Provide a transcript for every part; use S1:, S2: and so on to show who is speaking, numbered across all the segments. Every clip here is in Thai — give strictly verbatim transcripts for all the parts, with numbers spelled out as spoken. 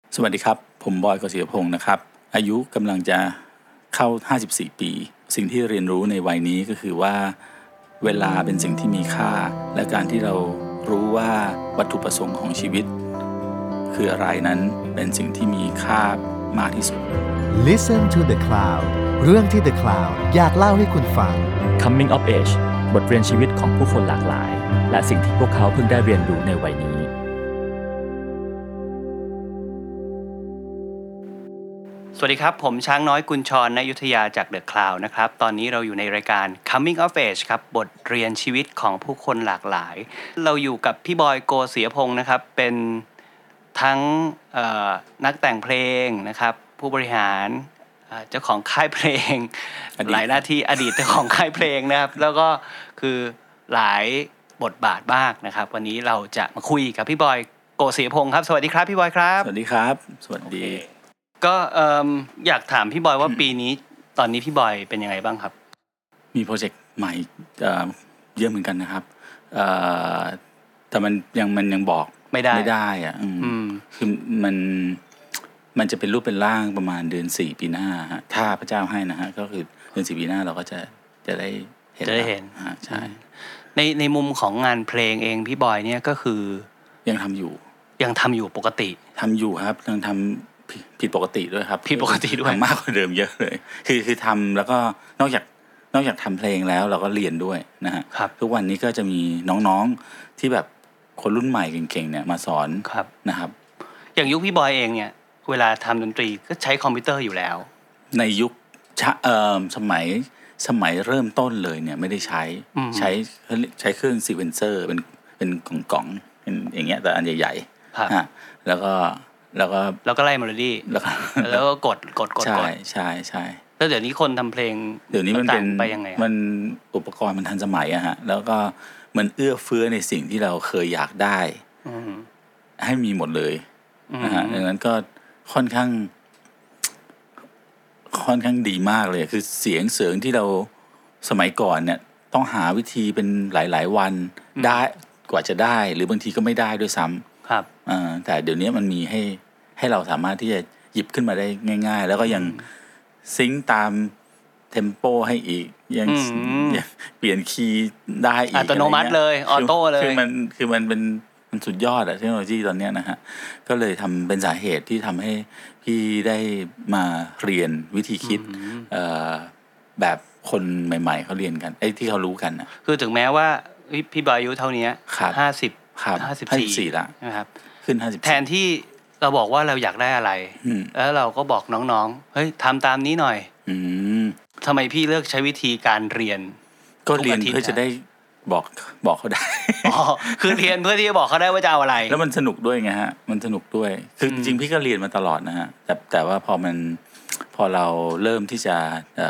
S1: สวัสดีครับผมบอย กฤษณพงศ์นะครับอายุกำลังจะเข้าห้าสิบสี่ปีสิ่งที่เรียนรู้ในวัยนี้ก็คือว่าเวลาเป็นสิ่งที่มีค่าและการที่เรารู้ว่าวัตถุประสงค์ของชีวิตคืออะไรนั้นเป็นสิ่งที่มีค่ามากที่สุด
S2: Listen to the Cloud เรื่องที่ The Cloud อยากเล่าให้คุณฟัง
S3: Coming of Age บทเรียนชีวิตของผู้คนหลากหลายและสิ่งที่พวกเขาเพิ่งได้เรียนรู้ในวัยนี้
S4: สวัสดีครับผมช้างน้อยกุญชรณอยุธยาจาก The Cloud นะครับตอนนี้เราอยู่ในรายการ Coming of Age ครับบทเรียนชีวิตของผู้คนหลากหลายเราอยู่กับพี่บอยโกศิยพงศ์นะครับเป็นทั้งนักแต่งเพลงนะครับผู้บริหารเจ้าของค่ายเพลงหลายหน้าที่อดีตเจ้าของค่ายเพลงนะครับแล้วก็คือหลายบทบาทมากนะครับวันนี้เราจะมาคุยกับพี่บอยโกศิยพงศ์ครับสวัสดีครับพี่บอยครับ
S1: สวัสดีครับสวัสดี
S4: ก็เอ่ออยากถามพี่บอยว่าปีนี้ตอนนี้พี่บอยเป็นยังไงบ้างครับ
S1: มีโปรเจกต์ใหม่เอ่อเยอะเหมือนกันนะครับเอ่อแต่มันยังมันยังบอก
S4: ไม่ได้
S1: ไม่ได้อ่ะอืมคือมันมันจะเป็นรูปเป็นร่างประมาณเดือนสี่ปีหน้าฮะถ้าพระเจ้าให้นะฮะก็คือเดือนสี่ปีหน้าเราก็จะจะได้เห็น
S4: จะได้เห็น
S1: ฮะใช่
S4: ในในมุมของงานเพลงเองพี่บอยเนี่ยก็คือ
S1: ยังทำอยู่
S4: ยังทำอยู่ปกติ
S1: ทำอยู่ครับยังทำผิดปกติด้วยครับ
S4: ผิดปกติด้วย
S1: ทำมากกว่าเดิมเยอะเลยคือคือทำแล้วก็นอกจากนอกจากทำเพลงแล้วเราก็เรียนด้วยนะฮะทุกวันนี้ก็จะมีน้องๆที่แบบคนรุ่นใหม่เก่งๆเนี่ยมาสอนนะครับ
S4: อย่างยุคพี่บอยเองเนี่ยเวลาทำดนตรีก็ใช้คอมพิวเตอร์อยู่แล้วใน
S1: ยุคเอ่อสมัยสมัยเริ่มต้นเลยเนี่ยไม่ได้ใช้ใช้ใช้เครื่องซีเควนเซอร์เป็นเป็นกล่องๆเป็นอย่างเงี้ยแต่อันใหญ่ๆฮะแล้วก็แล้วก็
S4: แล้วก็ไล่เมโลดี้แล้วก็แล้วก็กดกดกด
S1: ใช่ใช่ใช่
S4: แล้วเดี๋ยวนี้คนทำเพลง
S1: เดี๋ยวนี้มันเป็น
S4: ไปยังไง
S1: มันอุปกรณ์มันทันสมัยอะฮะแล้วก็มันเอื้อเฟื้อในสิ่งที่เราเคยอยากได้ให้มีหมดเลยนะฮะดังนั้นก็ค่อนข้างค่อนข้างดีมากเลยคือเสียงเสริงที่เราสมัยก่อนเนี่ยต้องหาวิธีเป็นหลายๆวันได้กว่าจะได้หรือบางทีก็ไม่ได้ด้วยซ้ำ
S4: ครับ
S1: แต่เดี๋ยวนี้มันมีให้ให้เราสามารถที่จะหยิบขึ้นมาได้ง่ายๆแล้วก็ยังซิงค์ตามเทมโปให้อีกยังเปลี่ยนคีย์ได้อีก
S4: อัตโนมัติเลยออโต้เลย
S1: คือมันคือมันเป็นมันสุดยอดอะเทคโนโลยีตอนนี้นะฮะก็เลยทำเป็นสาเหตุที่ทำให้พี่ได้มาเรียนวิธีคิดแบบคนใหม่ๆเขาเรียนกันไอ้ที่เขารู้กันนะ
S4: คือถึงแม้ว่าพี่บอยอายุเท่านี้ห้าสิบ
S1: ห้าสิบสี่ละ
S4: นะครับ
S1: ขึ้นห้าสิบ
S4: แทนที่เราบอกว่าเราอยากได้อะไรแล้วเราก็บอกน้องๆเฮ้ยทำตามนี้หน่อยทำไมพี่เลือกใช้วิธีการเรียน
S1: ก็เรียนเพื่อจะได้บอกบอกเขาได้
S4: อ๋อคือเรียนเพื่อที่จะบอกเขาได้ว่าจะเอาอะไร
S1: แล้วมันสนุกด้วยไงฮะมันสนุกด้วยคือจริงๆพี่ก็เรียนมาตลอดนะฮะแต่แต่ว่าพอมันพอเราเริ่มที่จะ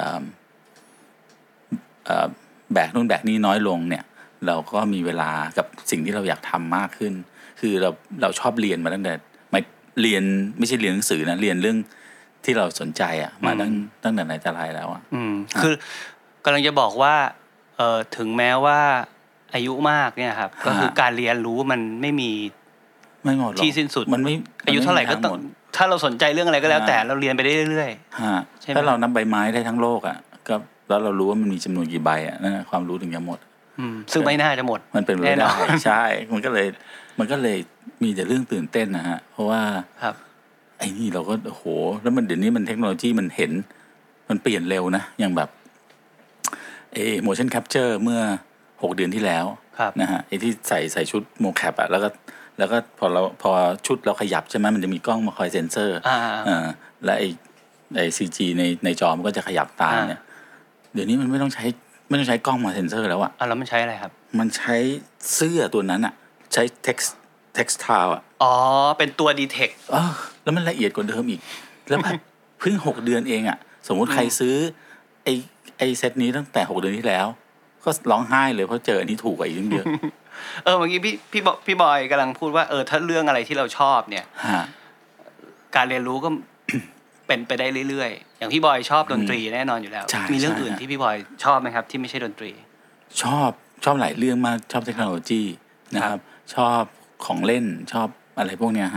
S1: แบกนู่นแบกนี่น้อยลงเนี่ยเราก็มีเวลากับสิ่งที่เราอยากทำมากขึ้นคือเราเราชอบเรียนมาตั้งแต่ไม่เรียนไม่ใช่เรียนหนังสือนะเรียนเรื่องที่เราสนใจอ่ะมาตั้งตั้งแต่ไหนแต่ไรแล้วอ่ะ
S4: อืมคือกำลังจะบอกว่าเอ่อถึงแม้ว่าอายุมากเนี่ยครับก็คือการเรียนรู้มันไม่มี
S1: ไม่หมดหรอก
S4: ที่สิ้นสุด
S1: มันไม่
S4: อายุเท่าไหร่ก็ต้องถ้าเราสนใจเรื่องอะไรก็แล้วแต่เราเรียนไปได้เรื่อย
S1: ๆฮะถ้าเรานับใบไม้ได้ทั้งโลกอ่ะก็แล้วเรารู้ว่ามันมีจำนวนกี่ใบอ่ะนั่นความรู้ถึงจะหมด
S4: ซึ่งไม่น่าจะหมด
S1: มันเป็นไปได้ใช่มันก็เลยมันก็เลยมีแต่เรื่องตื่นเต้นนะฮะเพราะว่า
S4: ครับ
S1: ไอ้นี่เราก็โหแล้วมันเดี๋ยวนี้มันเทคโนโลยีมันเห็นมันเปลี่ยนเร็วนะอย่างแบบเอ motion capture เมื่อหกเดือนที่แล้วนะฮะไอ้ที่ใส่ใส่ชุดโมแคปอะแล้วก็แล้วก็พอเราพอชุดเราขยับใช่ไหมมันจะมีกล้องมาคอยเซ็นเซอร์อ่าและไอ้ไอ้ ซี จี ในในจอมันก็จะขยับตามเนี่ยเดี๋ยวนี้มันไม่ต้องใช้ไม่ต้องใช้กล้องมาเซ็นเซอร์แล้วอะ
S4: อ่ะแล้วมันใช้อะไรครับ
S1: มันใช้เสื้อตัวนั้นอะใช้ text textile อะ
S4: อ๋อเป็นตัว detect
S1: อ๋อแล้วมันละเอียดกว่าเดิมอีกแล้วแบบเพิ่งหกเดือนเองอะสมมุติใครซื้อไอ้ไอ้เซตนี้ตั้งแต่หกเดือนที่แล้วก็ร้องไห้เลยเพราะเจออันนี้ถูกกว่าอีกเยอะ
S4: เออเมื่อกี้พี่พี่พี่บอยกำลังพูดว่าเออถ้าเรื่องอะไรที่เราชอบเนี่ยการเรียนรู้ก็เป็นไปได้เรื่อยๆอย่างพี่บอยชอบดนตรีแน่นอนอยู่แล้วมีเรื่องอื่นที่พี่บอยชอบไหมครับที่ไม่ใช่ดนตรี
S1: ชอบชอบหลายเรื่องมากชอบเทคโนโลยีนะครับชอบของเล่นชอบอะไรพวกเนี้ยฮะ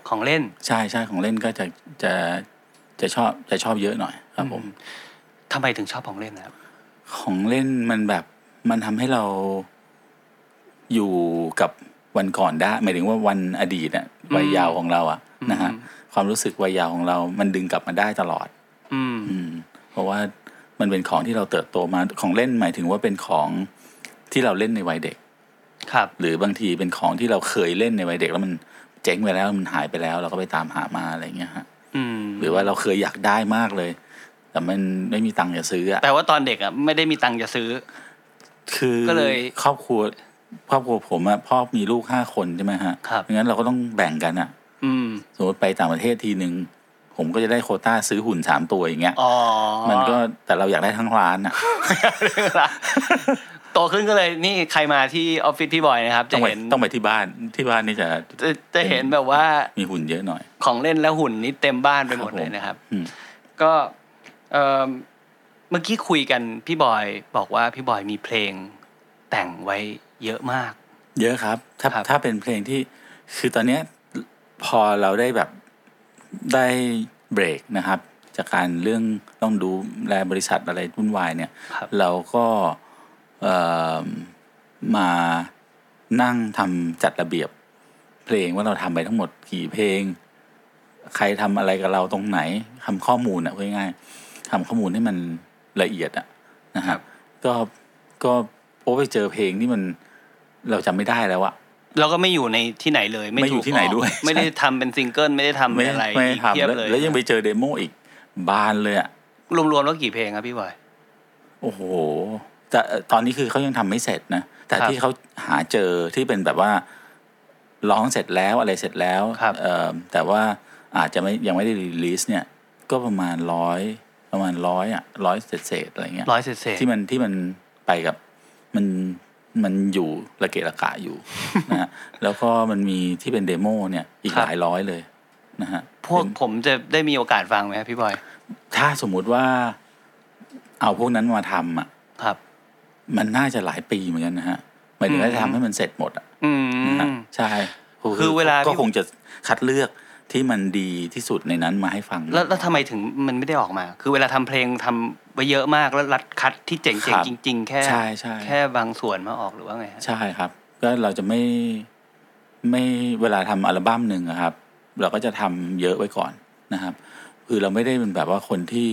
S4: ของเล่น
S1: ใช่ใช่ของเล่นก็จะจะจะชอบจะชอบเยอะหน่อยครับผม
S4: ทำไมถึงชอบของเล่นนะครับ
S1: ของเล่นมันแบบมันทำให้เราอยู่กับวันก่อนได้หมายถึงว่าวันอดีตอะวัยเยาว์ของเราอะนะฮะความรู้สึกวัยเยาว์ของเรามันดึงกลับมาได้ตลอดอืมเพราะว่ามันเป็นของที่เราเติบโตมาของเล่นหมายถึงว่าเป็นของที่เราเล่นในวัยเด็ก
S4: ครับ
S1: หรือบางทีเป็นของที่เราเคยเล่นในวัยเด็กแล้วมันเจ๊งไปแล้วมันหายไปแล้วเราก็ไปตามหามาอะไรเงี้ยฮะหรือว่าเราเคยอยากได้มากเลยแต่มันไม่มีตังค์จะซื้ออะ
S4: แต่ว่าตอนเด็กอะไม่ได้มีตังค์จะซื้อ
S1: คือก็เลยครอบครัวครอบครัวผมอะพ่อมีลูกห้าคนใช่ไหมฮะ
S4: ครับ
S1: งั้นเราก็ต้องแบ่งกันอะสมมติไปต่างประเทศทีนึงผมก็จะได้โควต้าซื้อหุ่นสามตัวอย่างเงี้ยมันก็แต่เราอยากได้ทั้งร้านอะ
S4: โตขึ้นก็เลยนี่ใครมาที่ออฟฟิศพี่บอยนะครับจะเห็น
S1: ต้องไปที่บ้านที่บ้านนี่จะ
S4: จะเห็นแบบว่า
S1: มีหุ่นเยอะหน่อย
S4: ของเล่นแล้วหุ่นนี่เต็มบ้านไปหมดเลยนะครับก็เมื่อกี้คุยกันพี่บอยบอกว่าพี่บอยมีเพลงแต่งไว้เยอะมาก
S1: เยอะครับถ้าถ้าเป็นเพลงที่คือตอนเนี้ยพอเราได้แบบได้เบรกนะครับจากการเรื่องต้องดูแลบริษัทอะไรวุ่นวายเนี่ยเราก็มานั่งทำจัดระเบียบเพลงว่าเราทำไปทั้งหมดกี่เพลงใครทำอะไรกับเราตรงไหนทำข้อมูลอ่ะพูดง่ายๆทำข้อมูลให้มันละเอียดอ่ะนะครับก็ก็โอ้ไปเจอเพลงที่มันเราจำไม่ได้แล้วอะ
S4: เราก็ไม่อยู่ในที่ไหนเลย
S1: ไม่อยู่ที่ไหนด้วย
S4: ไม่ได้ทำเป็นซิงเกิลไม่ได้ทำเป็นอะไร
S1: เทียบเลยแล้วยังไปเจอเดโมอีกบานเลยอะ
S4: รวมๆแล้วกี่เพลงครับพี่บอย
S1: โอ้โหแต่ตอนนี้คือเขายังทำไม่เสร็จนะแต่ที่เขาหาเจอที่เป็นแบบว่าร้องเสร็จแล้วอะไรเสร็จแล้วแต่ว่าอาจจะไม่ยังไม่ได้รีลีสเนี่ยก็ประมาณร้อยประมาณร้อยอ่ะร้อยเศษๆอะไรเงี้ย
S4: ร้อยเศษ
S1: ที่มันที่มันไปกับมันมันอยู่ระเกะระกะอยู่นะฮะแล้วก็มันมีที่เป็นเดโมเนี่ยอีกหลายร้อยเลยนะฮะ
S4: พวกผมจะได้มีโอกาสฟังไหมครับพี่บอย
S1: ถ้าสมมุติว่าเอาพวกนั้นมาทำอ่ะ
S4: ครับ
S1: มันน่าจะหลายปีเหมือนกันนะฮะหมายถึงว่าจะทำให้มันเสร็จหมดอ่ะนะฮะใช่
S4: คือเวลา
S1: ก็คงจะคัดเลือกที่มันดีที่สุดในนั้นมาให้ฟัง
S4: แล้วแล้วทำไมถึงมันไม่ได้ออกมาคือเวลาทำเพลงทำไว้เยอะมากแล้วรัดคัดที่เจ๋งๆจริงๆแค่
S1: ใช่ใช่
S4: แค่บางส่วนมาออกหรือว่าไง
S1: ใช่ครับก็เราจะไม่ไม่เวลาทำอัลบั้มหนึ่งครับเราก็จะทำเยอะไว้ก่อนนะครับคือเราไม่ได้เป็นแบบว่าคนที่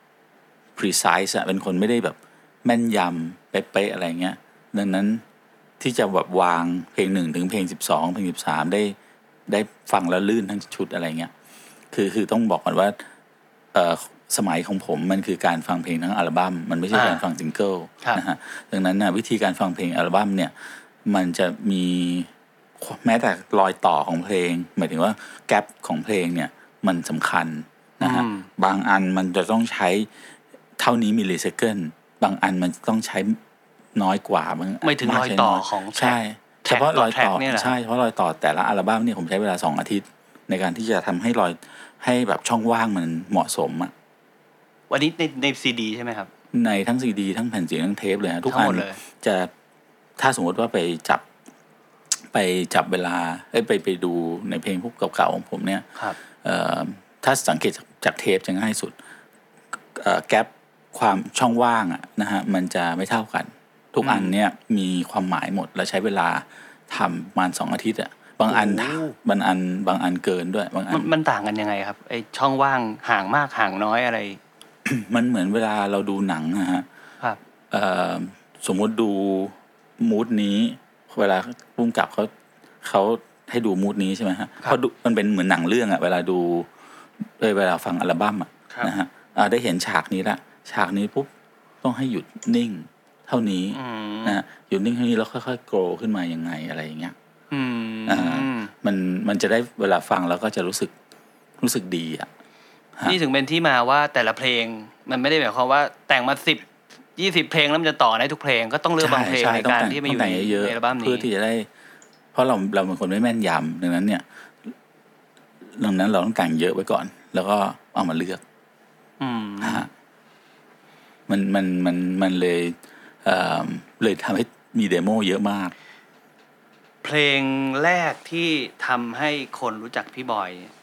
S1: precise อะเป็นคนไม่ได้แบบแม่นยำเป๊ะๆอะไรเงี้ยดังนั้นที่จะแบบวางเพลงหนึ่งถึงเพลงสิบสองเพลงสิบสามได้ได้ฟังแล้วลื่นทั้งชุดอะไรเงี้ยคือคือต้องบอกก่อนว่าเอ่อสมัยของผมมันคือการฟังเพลงทั้งอัลบั้มมันไม่ใช่การฟังซิงเกิลนะฮะดังนั้นนะวิธีการฟังเพลงอัลบั้มเนี่ยมันจะมีแม้แต่รอยต่อของเพลงหมายถึงว่าแกปของเพลงเนี่ยมันสำคัญนะฮะบางอันมันจะต้องใช้เท่านี้มิลลิเซคันด์บางอันมันต้องใช้น้อยกว่าบาง
S4: ไม่ถึงรอยต่อของ
S1: ใช่เฉพาะรอยต่อใช่เฉพาะรอยต่อแต่ละอัลบั้มเนี่ยผมใช้เวลาสองอาทิตย์ในการที่จะทำให้รอยให้แบบช่องว่างมันเหมาะสมอ่ะ
S4: วันนี้ในในซีดีใช่ไหมครับ
S1: ในทั้งซีดีทั้งแผ่นเสียงทั้งเทปเลยฮะทุกอันจะถ้าสมมติว่าไปจับไปจับเวลาเอ้ยไปไปดูในเพลงพวกเก่าๆของผมเนี่ยถ้าสังเกตจากเทปจะง่ายสุดแกปความช่องว่างอ่ะนะฮะมันจะไม่เท่ากันทุกอันเนี่ยมีความหมายหมดแล้วใช้เวลาทำประมาณสองอาทิตย์อ่ะบางอันบางอันบางอันเกินด้วยบางอัน
S4: มันต่างกันยังไงครับไอช่องว่างห่างมากห่างน้อยอะไร
S1: มันเหมือนเวลาเราดูหนังนะฮะ
S4: ครับ
S1: สมมติดูมูดนี้เวลาพุ่งกลับเขาเขาให้ดูมูดนี้ใช่ไหมฮะเขาดูมันเป็นเหมือนหนังเรื่องอ่ะเวลาดูเวลาฟังอัลบั้มอ่ะนะฮะได้เห็นฉากนี้ละฉากนี้ปุ๊บต้องให้หยุดนิ่งเท่านี้นะหยุดนิ่งเท่านี้แล้วค่อยๆโกรขึ้นมายังไงอะไรอย่างเงี้ยอ่ามันมันจะได้เวลาฟังแล้วก็จะรู้สึกรู้สึกดีอ่ะ
S4: นี่ถึงเป็นที่มาว่าแต่ละเพลงมันไม่ได้หมายความว่าแต่งมาสิบยี่สิบเพลงแล้วมันจะต่อได้ทุกเพลงก็ต้องเลือกบางเพลงในการที่มาอยู่ในอัลบั้มนี้
S1: เพื่อที่จะได้เพราะเราเราเป็นคนไม่แม่นยำดังนั้นเนี่ยดังนั้นเราต้องแต่งเยอะไว้ก่อนแล้วก็เอามาเลือกฮะมันมันมันมันเลยเอ่อเลยทำให้มีเดโมเยอะมาก
S4: เพลงแรกที่ทำให้คนรู้จักพี่บอย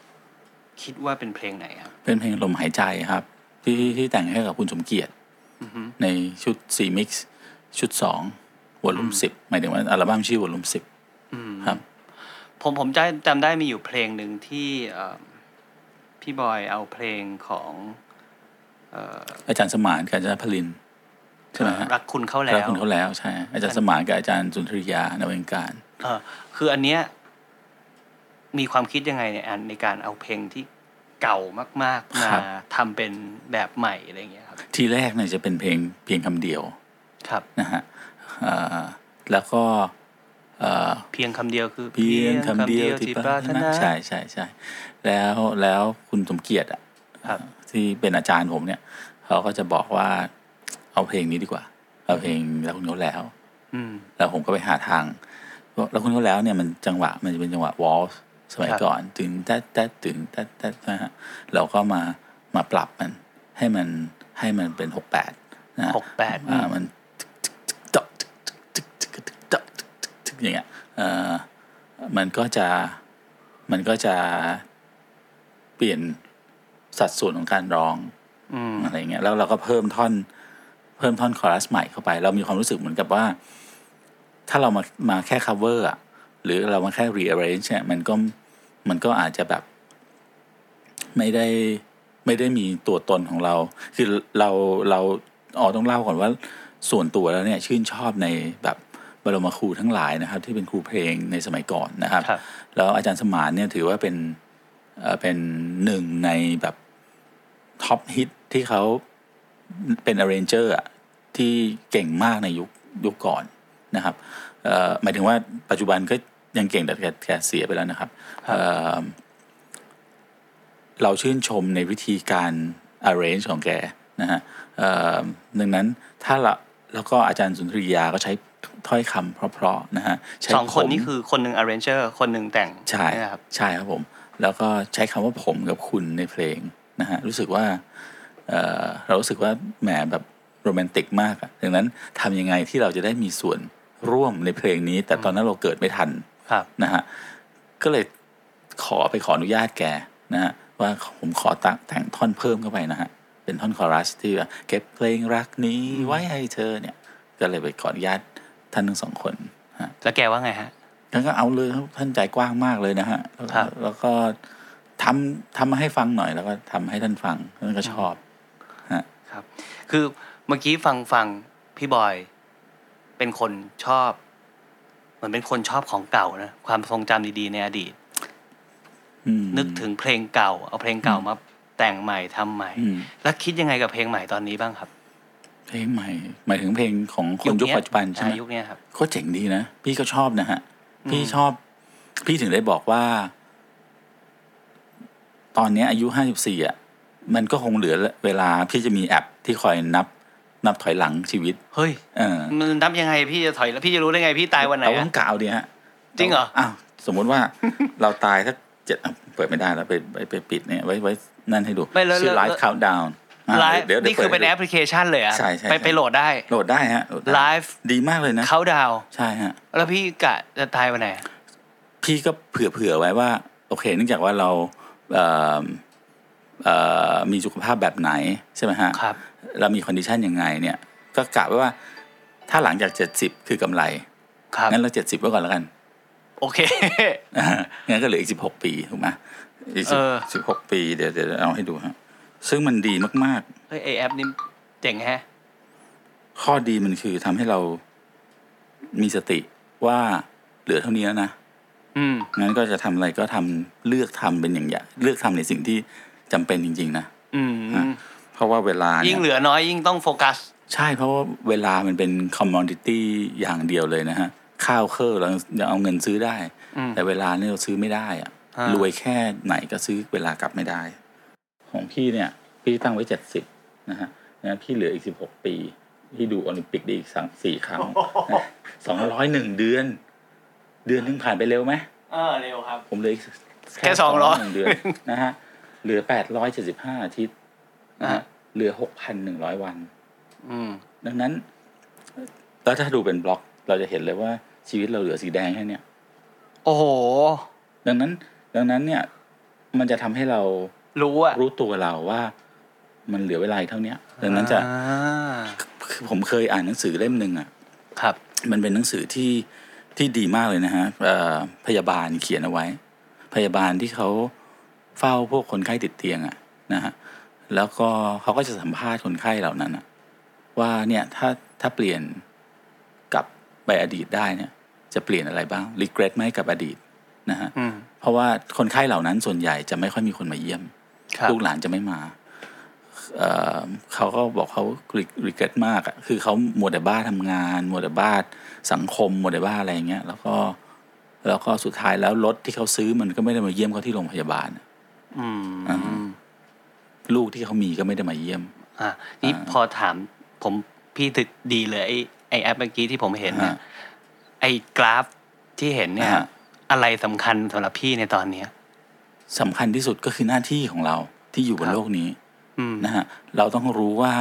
S4: คิดว่าเป็นเพลงไหนครับ
S1: เป็นเพลงลมหายใจครับที่ที่แต่งให้กับคุณสมเกียรติในชุดซีมิกซ์ชุดสองวอลลุ่มสิบหมายถึงว่าอัลบั้มชื่อวอลลุ่มสิบครับ
S4: ผมผมจำจำได้มีอยู่เพลงหนึ่งที่พี่บอยเอาเพลงของ
S1: อาจารย์สมานกับอาจารย์พลินใช่ไหมฮะ
S4: รักคุณเขาแล้ว
S1: รักคุณเขาแล้วใช่อาจารย์สมานกับอาจารย์สุนทรียานเวงการ
S4: เออคืออันเนี้ยมีความคิดยังไงในอันในการเอาเพลงที่เก่ามากๆมาทำเป็นแบบใหม่อะไรเงี้ยครับ
S1: ทีแรกเนี่ยจะเป็นเพลงเพียงคำเดียว
S4: ครับ
S1: นะฮะแล้วก็
S4: เพียงคำเดียวคือ
S1: เพียงคำเดียวที่ปรารถนาใช่ใช่ใช่แล้วแล้วคุณสมเกียรติอ่ะที่เป็นอาจารย์ผมเนี่ยเขาก็จะบอกว่าเอาเพลงนี้ดีกว่าเอาเพลงแล้วคุณเขาแล้วแล้วผมก็ไปหาทางแล้วคุณเขาแล้วเนี่ยมันจังหวะมันจะเป็นจังหวะวอลซ์สมัยก่อนถึงแต๊ดแต๊ดถึงแต๊ดแต๊ดนะฮะเราก็มามาปรับมันให้มันให้มันเป็นหกแปดนะ
S4: หกแปด
S1: อ่ามันอย่างเงี้ยเอ่อมันก็จะมันก็จะเปลี่ยนสัดส่วนของการร้องอะไรเงี้ยแล้วเราก็เพิ่มท่อนเพิ่มท่อนคอรัสใหม่เข้าไปเรามีความรู้สึกเหมือนกับว่าถ้าเรามามาแค่ cover อ่ะหรือเรามาแค่ rearrange เนี่ยมันก็มันก็อาจจะแบบไม่ได้ไม่ได้มีตัวตนของเราคือเราเราอ๋อต้องเล่าก่อนว่าส่วนตัวแล้วเนี่ยชื่นชอบในแบบบรมครูทั้งหลายนะครับที่เป็นครูเพลงในสมัยก่อนนะครับแล้วอาจารย์สมานเนี่ยถือว่าเป็นเอ่อเป็นหนึ่งในแบบท็อปฮิตที่เขาเป็น arranger อ่ะที่เก่งมากในยุคยุคก่อนนะครับเอ่อหมายถึงว่าปัจจุบันก็ยังเก่งแต่แกเสียไปแล้วนะครับเอ่อเราชื่นชมในวิธีการ arrange ของแกนะฮะเอ่อดังนั้นถ้าเราแล้วก็อาจารย์สุนทรียาก็ใช้ถ้อยคำเพราะๆนะฮะ
S4: สองคนนี้คือคนหนึ่ง arranger คนหนึ่งแต่ง
S1: ใช่ครับใช่ครับผมแล้วก็ใช้คำว่าผมกับคุณในเพลงนะฮะรู้สึกว่า เอ่อ เรารู้สึกว่าแหมแบบโรแมนติกมากอะดังนั้นทำยังไงที่เราจะได้มีส่วนร่วมในเพลงนี้แต่ตอนนั้นเราเกิดไม่ทันนะฮะก็เลยขอไปขออนุญาตแกนะฮะว่าผมขอแต่งท่อนเพิ่มเข้าไปนะฮะเป็นท่อนคอรัสที่ว่าเก็บเพลงรักนี้ไว้ให้เธอเนี่ยก็เลยไปขออนุญาตท่านทั้งสองคนฮะ
S4: แล้วแกว่าไงฮะ
S1: ท่านก็เอาเลยท่านใจกว้างมากเลยนะฮะแล้วก็ทำทำมาให้ฟังหน่อยแล้วก็ทำให้ท่านฟังท่านก็ชอบฮะ
S4: ครับคือเมื่อกี้ฟังฟังพี่บอยเป็นคนชอบเหมือนเป็นคนชอบของเก่านะความทรงจำดีๆในอดีตนึกถึงเพลงเก่าเอาเพลงเก่ามาแต่งใหม่ทำใหม่แล้วคิดยังไงกับเพลงใหม่ตอนนี้บ้างครับ
S1: เพลงใหม่หมายถึงเพลงของคนยุคปัจจุบันใช่ไหม
S4: ยุคนี้ครับ
S1: ก็เจ๋งดีนะพี่ก็ชอบนะฮะพี่ชอบพี่ถึงได้บอกว่าตอนนี้อายุห้าสิบสี่อ่ะมันก็คงเหลือเวลาพี่จะมีแอปที่คอยนับนับถอยหลังชีวิต
S4: เฮ้ยเออมันนับยังไงพี่จะถอยแล้วพี่จะรู้ได้ไงพี่ตายวันไหน
S1: เราต้องกล่าวดิฮะ
S4: จริงเหรอ
S1: อ้าวสมมติว่าเราตายถ้าเจ็ดเปิดไม่ได้แล้วไปไปไปปิดเนี่ยไว้ไว้นั่นให้ดูชื่อ Live Countdown
S4: นี่คือเป็นแอปพลิเคชันเลยอ่ะไปไปโหลดได้
S1: โหลดได้ฮะ
S4: Live
S1: ดีมากเลยนะ
S4: Countdown
S1: ใช่ฮะ
S4: แล้วพี่กะจะตายวันไหน
S1: พี่ก็เผื่อเผื่อไว้ว่าโอเคเนื่องจากว่าเราเอ่อเอ่อมีสุขภาพแบบไหนใช่ไหมฮะ
S4: ครับ
S1: เรามีคอนดิชันยังไงเนี่ยก็กะไว้ว่าถ้าหลังจากเจ็ดสิบคือกำไรงั้นเราเจ็ดสิบไว้ก่อนแล้วกัน
S4: โอเค
S1: งั้นก็เหลืออีกสิบหกปีถูกไหมอีกสิบหกปีเดี๋ยวเดี๋ยวเอาให้ดูฮะซึ่งมันดีมาก
S4: ๆเฮ้ยไอแอปนี้เจ๋งแฮะ
S1: ข้อดีมันคือทำให้เรามีสติว่าเหลือเท่านี้แล้วนะ
S4: อืม
S1: งั้นก็จะทำอะไรก็ทำเลือกทำเป็นอย่างอย่างเลือกทำในสิ่งที่จำเป็นจริงๆนะ
S4: อืม
S1: เพราะว่าเวลา
S4: ยิ่งเหลือน้อยยิ่งต้องโฟกัส
S1: ใช่เพราะว่าเวลามันเป็นคอมมอนดิตี้อย่างเดียวเลยนะฮะข้าวเคอเรายังเอาเงินซื้อได้แต่เวลาเนี่ยเราซื้อไม่ได้อะรวยแค่ไหนก็ซื้อเวลากลับไม่ได้ของพี่เนี่ยพี่ตั้งไว้เจ็ดสิบนะฮะงั้นพี่เหลืออีกสิบหกปีพี่ดูโอลิมปิกได้อีกสี่ครั้งสองร้อยเอ็ดเดือนเดือนนึงผ่านไปเร็วไหม
S4: เออเร็วครับ
S1: ผมเหลือ
S4: แค่สองร้อย
S1: เดือนนะฮะเหลือแปดร้อยเจ็ดสิบห้าอาทิตย์นะฮะเหลือ หกพันหนึ่งร้อย วัน
S4: อืม
S1: ดังนั้นแล้วถ้าดูเป็นบล็อกเราจะเห็นเลยว่าชีวิตเราเหลือสีแดงแค่เนี้ย
S4: โอ้โห
S1: ดังนั้นดังนั้นเนี่ยมันจะทำให้เรา
S4: รู้อะ
S1: รู้ตัวเราว่ามันเหลือเวลาเท่านี้ดังนั้นจะคือผมเคยอ่านหนังสือเล่มนึงอ่ะ
S4: ครับ
S1: มันเป็นหนังสือที่ที่ดีมากเลยนะฮะพยาบาลเขียนเอาไว้พยาบาลที่เขาเฝ้าพวกคนไข้ติดเตียงอ่ะนะฮะแล้วก็เขาก็จะสัมภาษณ์คนไข้เหล่านั้นอ่ะว่าเนี่ยถ้าถ้าเปลี่ยนกับไปอดีตได้เนี่ยจะเปลี่ยนอะไรบ้าง regret ไหมกับอดีตนะฮะเพราะว่าคนไข้เหล่านั้นส่วนใหญ่จะไม่ค่อยมีคนมาเยี่ยมลูกหลานจะไม่มาเอ่อเขาก็บอกเขา regret มากอ่ะคือเขามัวแต่บ้าทำงานมัวแต่บ้าสังคมมัวแต่บ้าอะไรอย่างเงี้ยแล้วก็แล้วก็สุดท้ายแล้วรถที่เขาซื้อมันก็ไม่ได้มาเยี่ยมเขาที่โรงพยาบาล
S4: อืม
S1: ลูกที่เขามีก็ไม่ได้มาเยี่ยม
S4: อ่ะนี่พอถามผมพี่ตึกดีเลยไอ้ไอ้แอปเมื่อกี้ที่ผมเห็นเนี่ยไอ้กราฟที่เห็นเนี่ยอะไรสำคัญสำหรับพี่ในตอนนี้
S1: สำคัญที่สุดก็คือหน้าที่ของเราที่อยู่บนโลกนี้นะฮะเราต้องรู้ว่า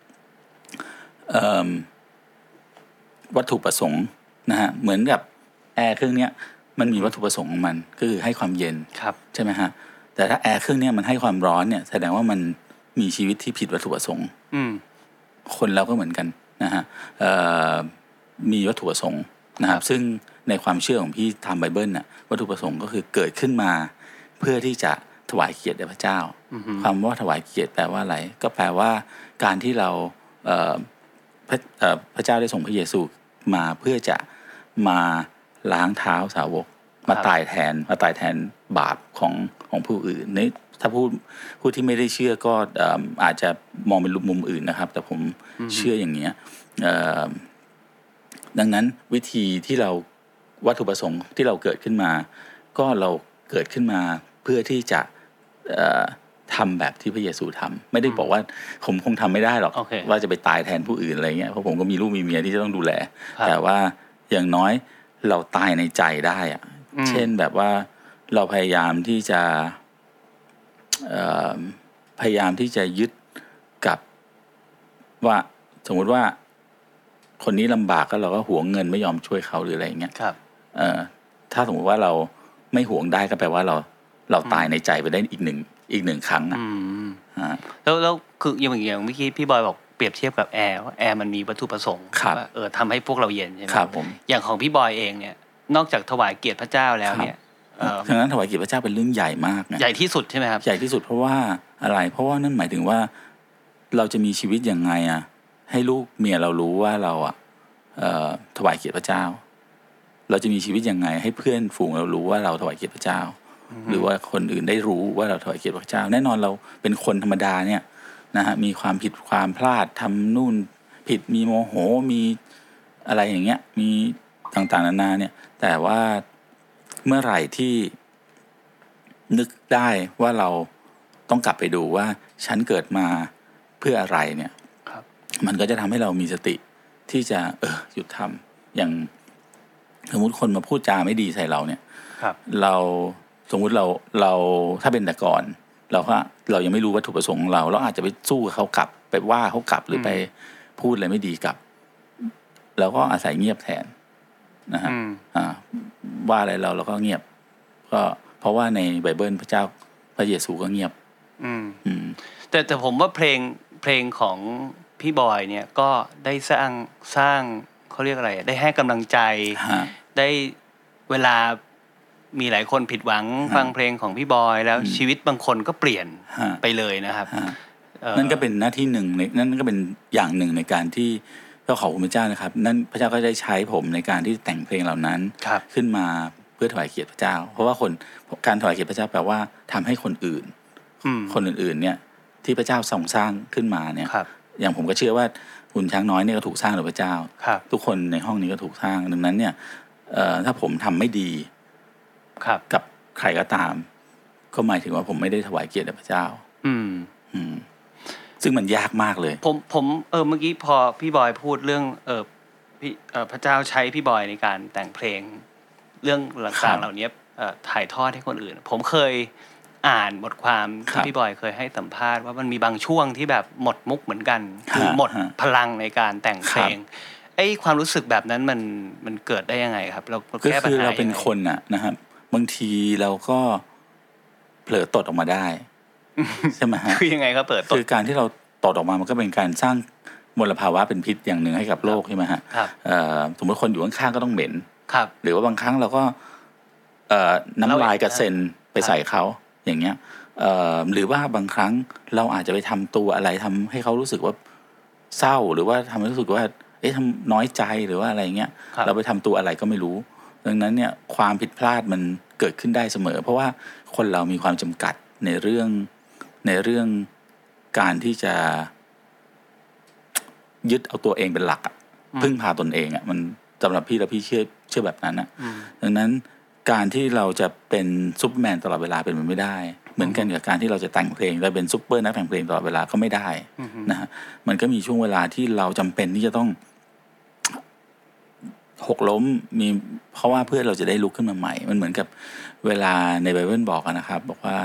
S1: วัตถุประสงค์นะฮะเหมือนกับแอร์เครื่องนี้มันมีวัตถุประสงค์ของมันก็คือให้ความเย็นใช่ไหมฮะแต่ถ้าแอร์เครื่องนี้มันให้ความร้อนเนี่ยแสดงว่ามันมีชีวิตที่ผิดวัตถุประสงค์คนเราก็เหมือนกันนะฮะมีวัตถุประสงค์นะครับซึ่งในความเชื่อของพี่ทำไบเบิลน่ะวัตถุประสงค์ก็คือเกิดขึ้นมาเพื่อที่จะถวายเกียรติแด่พระเจ้าความว่าถวายเกียรติแปลว่าอะไรก็แปลว่าการที่เราพระพระเจ้าได้ส่งพระเยซูมาเพื่อจะมาล้างเท้าสาวกมาตายแทนมาตายแทนบาปของของผู้อื่นนี่ถ้าพูดผู้ที่ไม่ได้เชื่อก็อาจจะมองเป็นมุมอื่นนะครับแต่ผมเชื่ออย่างนี้ดังนั้นวิธีที่เราวัตถุประสงค์ที่เราเกิดขึ้นมาก็เราเกิดขึ้นมาเพื่อที่จะทำแบบที่พระเยซูทำไม่ได้บอกว่าผมคงทำไม่ได้หรอก
S4: okay.
S1: ว่าจะไปตายแทนผู้อื่นอะไรเงี้ยเพราะผมก็มีลูกมีเมียที่จะต้องดูแลแต่ว่าอย่างน้อยเราตายในใจได้อะเช่นแบบว่าเราพยายามที่จะพยายามที่จะยึดกับว่าสมมุติว่าคนนี้ลำบากก็เราก็หวงเงินไม่ยอมช่วยเขาหรืออะไรเงี้ยถ้าสมมติว่าเราไม่หวงได้ก็แปลว่าเราเราตายในใจไปได้อีกหนึ่งอีกหนึ่งครั้งอ่ะ
S4: แล้วแล้วคืออย่างอย่างเมื่อกี้พี่บอยบอกเปรียบเทียบกับแอร์ว่าแอร์มันมีวัตถุประสงค์ว่าเออทำให้พวกเราเย็นใช่ไหม
S1: ครับผม
S4: อย่างของพี่บอยเองเนี่ยนอกจากถวายเกียรติพระเจ้าแล้วเนี่ย
S1: ฉะนั้นถวายเกียรติพระเจ้าเป็นเรื่องใหญ่มาก
S4: ใหญ่ที่สุดใช่ไหมครับ
S1: ใหญ่ที่สุดเพราะว่าอะไรเพราะว่านั่นหมายถึงว่าเราจะมีชีวิตยังไงอ่ะให้ลูกเมียเรารู้ว่าเราอ่ะถวายเกียรติพระเจ้าเราจะมีชีวิตยังไงให้เพื่อนฝูงเรารู้ว่าเราถวายเกียรติพระเจ้าหรือว่าคนอื่นได้รู้ว่าเราถวายเกียรติพระเจ้าแน่นอนเราเป็นคนธรรมดาเนี่ยนะฮะมีความผิดความพลาดทำนู่นผิดมีโมโหมีอะไรอย่างเงี้ยมีต่างๆนานาเนี่ยแต่ว่าเมื่อไหร่ที่นึกได้ว่าเราต้องกลับไปดูว่าฉันเกิดมาเพื่ออะไรเนี่ยมันก็จะทำให้เรามีสติที่จะเออหยุดทำอย่างสมมุติคนมาพูดจาไม่ดีใส่เราเนี่ยเราสมมุติเราเราถ้าเป็นแต่ก่อนเราก็เรายังไม่รู้วัตถุประสงค์ของเราเราอาจจะไปสู้เขากลับไปว่าเขากลับหรือไปพูดอะไรไม่ดีกลับเราก็อาศัยเงียบแทนนะฮะอ่าว่าอะไรเราเราก็เงียบก็เพราะว่าในไบเบิลพระเจ้าพระเยซูก็เงียบ
S4: อืมอืมแต่แต่ผมว่าเพลงเพลงของพี่บอยเนี่ยก็ได้สร้างสร้างเขาเรียกอะไรได้ให้กำลังใจได้เวลามีหลายคนผิดหวังฟังเพลงของพี่บอยแล้วชีวิตบางคนก็เปลี่ยนไปเลยนะครับ
S1: นั่นก็เป็นหน้าที่หนึ่งนั่นก็เป็นอย่างหนึ่งในการที่ก็ขอบคุณพระเจ้านะครับนั่นพระเจ้าก็ได้ใช้ผมในการที่แต่งเพลงเหล่านั้นขึ้นมาเพื่อถวายเกียรติพระเจ้าเพราะว่าคนการถวายเกียรติพระเจ้าแปลว่าทำให้คนอื่นคนอื่นๆเนี่ยที่พระเจ้าทรงสร้างขึ้นมาเนี่ยอย่างผมก็เชื่อว่าคุณช้างน้อยเนี่ยก็ถูกสร้างโดยพระเจ้าทุกคนในห้องนี้ก็ถูกสร้างดังนั้นเนี่ยถ้าผมทำไม่ดีกับใครก็ตามก็หมายถึงว่าผมไม่ได้ถวายเกียรติแด่พระเจ้า
S4: อืม
S1: อืมซึ่งมันยากมากเลย
S4: ผมผมเออเมื่อกี้พอพี่บอยพูดเรื่องเออพี่เออพระเจ้าใช้พี่บอยในการแต่งเพลงเรื่องต่างๆเหล่านี้เอ่อถ่ายทอดให้คนอื่นผมเคยอ่านบทความที่พี่บอยเคยให้สัมภาษณ์ว่ามันมีบางช่วงที่แบบหมดมุกเหมือนกันคือหมดพลังในการแต่งเพลงไอ้ความรู้สึกแบบนั้นมันมันเกิดได้ยังไงครับเราแก้ปัญหา
S1: คือเราเป็นคนน่ะนะครับบางทีเราก็เผลอตดออกมาได้ใช่ไหมฮะ
S4: คือยังไงครับเผลอตด
S1: คือการที่เราตดออกมามันก็เป็นการสร้างมลภาวะเป็นพิษอย่างหนึ่งให้กับโลกใช่ไหมฮะสมมติคนอยู่ข้างๆก็ต้องเหม็นหรือว่าบางครั้งเราก็น้ำลายกระเซ็นไปใส่เขาอย่างเงี้ยหรือว่าบางครั้งเราอาจจะไปทำตัวอะไรทำให้เขารู้สึกว่าเศร้าหรือว่าทำให้รู้สึกว่าเอ๊ะทำน้อยใจหรือว่าอะไรเงี้ยเราไปทำตัวอะไรก็ไม่รู้ดังนั้นเนี่ยความผิดพลาดมันเกิดขึ้นได้เสมอเพราะว่าคนเรามีความจำกัดในเรื่องในเรื่องการที่จะยึดเอาตัวเองเป็นหลักอะพึ่งพาตนเองอะมันสำหรับพี่แล้วพี่เชื่อเชื่อแบบนั้นอะดังนั้นการที่เราจะเป็นซุปเปอร์แมนตลอดเวลาเป็นไปไม่ได้เหมือนกันกับการที่เราจะแต่งเพลงแล้วเป็นซุปเปอร์นักแต่งเพลงตลอดเวลาก็ไม่ได้นะฮะมันก็มีช่วงเวลาที่เราจำเป็นที่จะต้องหกล้มมีเพราะว่าเพื่อเราจะได้ลุกขึ้นมาใหม่มันเหมือนกับเวลาในไบเบิลบอกนะครับบอกว่า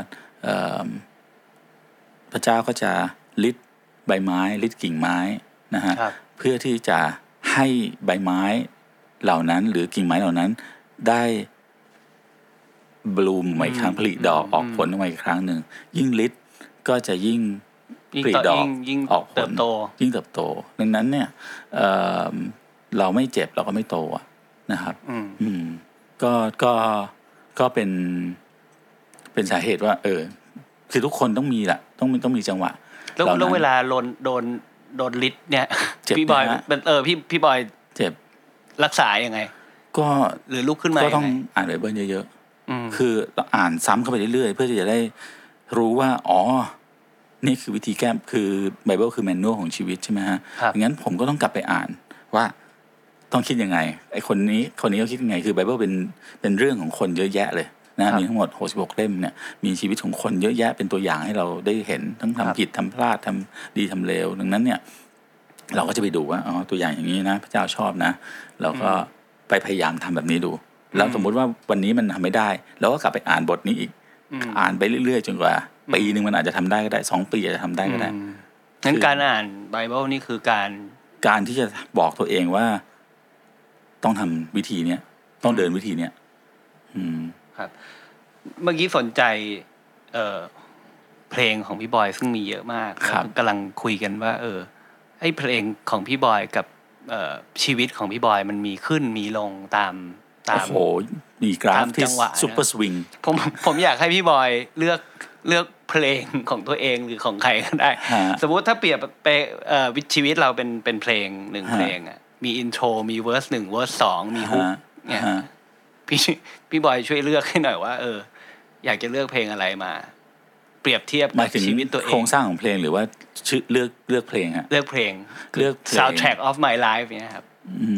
S1: พระเจ้าก็จะลิดใบไม้ลิดกิ่งไม้นะฮะเพื่อที่จะให้ใบไม้เหล่านั้นหรือกิ่งไม้เหล่านั้นได้บลูมใหม่ครั้งผลิดอกออกผลใหม่อีกครั้งหนึ่งยิ่งลิดก็จะยิ่งผลิดอกออกผลยิ่งเติบโตดังนั้นเนี่ยเอ่อเราไม่เจ็บเราก็ไม่โตนะครับอืมก็ก็ก็เป็นเป็นสาเหตุว่าเออคือทุกคนต้องมีแหละต้องต้องมีจังหวะ
S4: แล้วแล้วเวลาโดนโดนโดนลิดเนี่ยพี่บอยเป็นเออพี่พี่บอย
S1: เจ็บ
S4: รักษายังไง
S1: ก็
S4: หรือลุกขึ้นมา
S1: ก็ต้องอ่านไบเบิลเยอะๆคือเราอ่านซ้ำเข้าไปเรื่อยๆเพื่อที่จะได้รู้ว่าอ๋อนี่คือวิธีแก้คือไบเบิลคือแมนนวลของชีวิตใช่ไหมฮะงั้นผมก็ต้องกลับไปอ่านว่าต้องคิดยังไงไอ้คนนี้คนนี้เขาคิดยังไงคือไบเบิลเป็นเป็นเรื่องของคนเยอะแยะเลยนะมีทั้งหมดหกสิบหกเล่มเนี่ยมีชีวิตของคนเยอะแยะเป็นตัวอย่างให้เราได้เห็นทั้งทำผิดทำพลาดทำดีทำเลวดังนั้นเนี่ยเราก็จะไปดูว่าอ๋อตัวอย่างอย่างนี้นะพระเจ้าชอบนะเราก็ไปพยายามทำแบบนี้ดูแล้วสมมุติว่าวันนี้มันทำไม่ได้เราก็กลับไปอ่านบทนี้อีกอ่านไปเรื่อยๆจนกว่าปีนึงมันอาจจะทำได้ก็ได้สองปีอาจจะทำได้ก็ได้
S4: งั้นการอ่านไบเบิลนี่คือการ
S1: การที่จะบอกตัวเองว่าต้องทำวิธีเนี้ยต้องเดินวิธีเนี้ยอืม
S4: ครับเมื่อกี้สนใจเอ่อเพลงของพี่บอยซึ่งมีเยอะมากกำลังคุยกันว่าเออไอ้เพลงของพี่บอยกับเอ่อชีวิตของพี่บอยมันมีขึ้นมีลงตามตาม
S1: โอ้โหมีกราฟที่ซุปเปอร์สวิง
S4: ผมผมอยากให้พี่บอยเลือกเลือกเพลงของตัวเองหรือของใครก็ได้สมมุติถ้าเปรียบไปเอ่อชีวิตเราเป็นเป็นเพลงหนึ่งเพลงอ่ะมีอินโทรมีเวอร์สหนึ่งเวอร์สสองมีฮุกเนี่ยพี่พี่บอยช่วยเลือกให้หน่อยว่าเอออยากจะเลือกเพลงอะไรมาเปรียบเทียบกับชีวิตตัวเอง
S1: โครงสร้างของเพลงหรือว่าชื่อเลือกเลือกเพลงฮะ
S4: เลือกเพลงเลือก soundtrack of my life เนี่ยครับ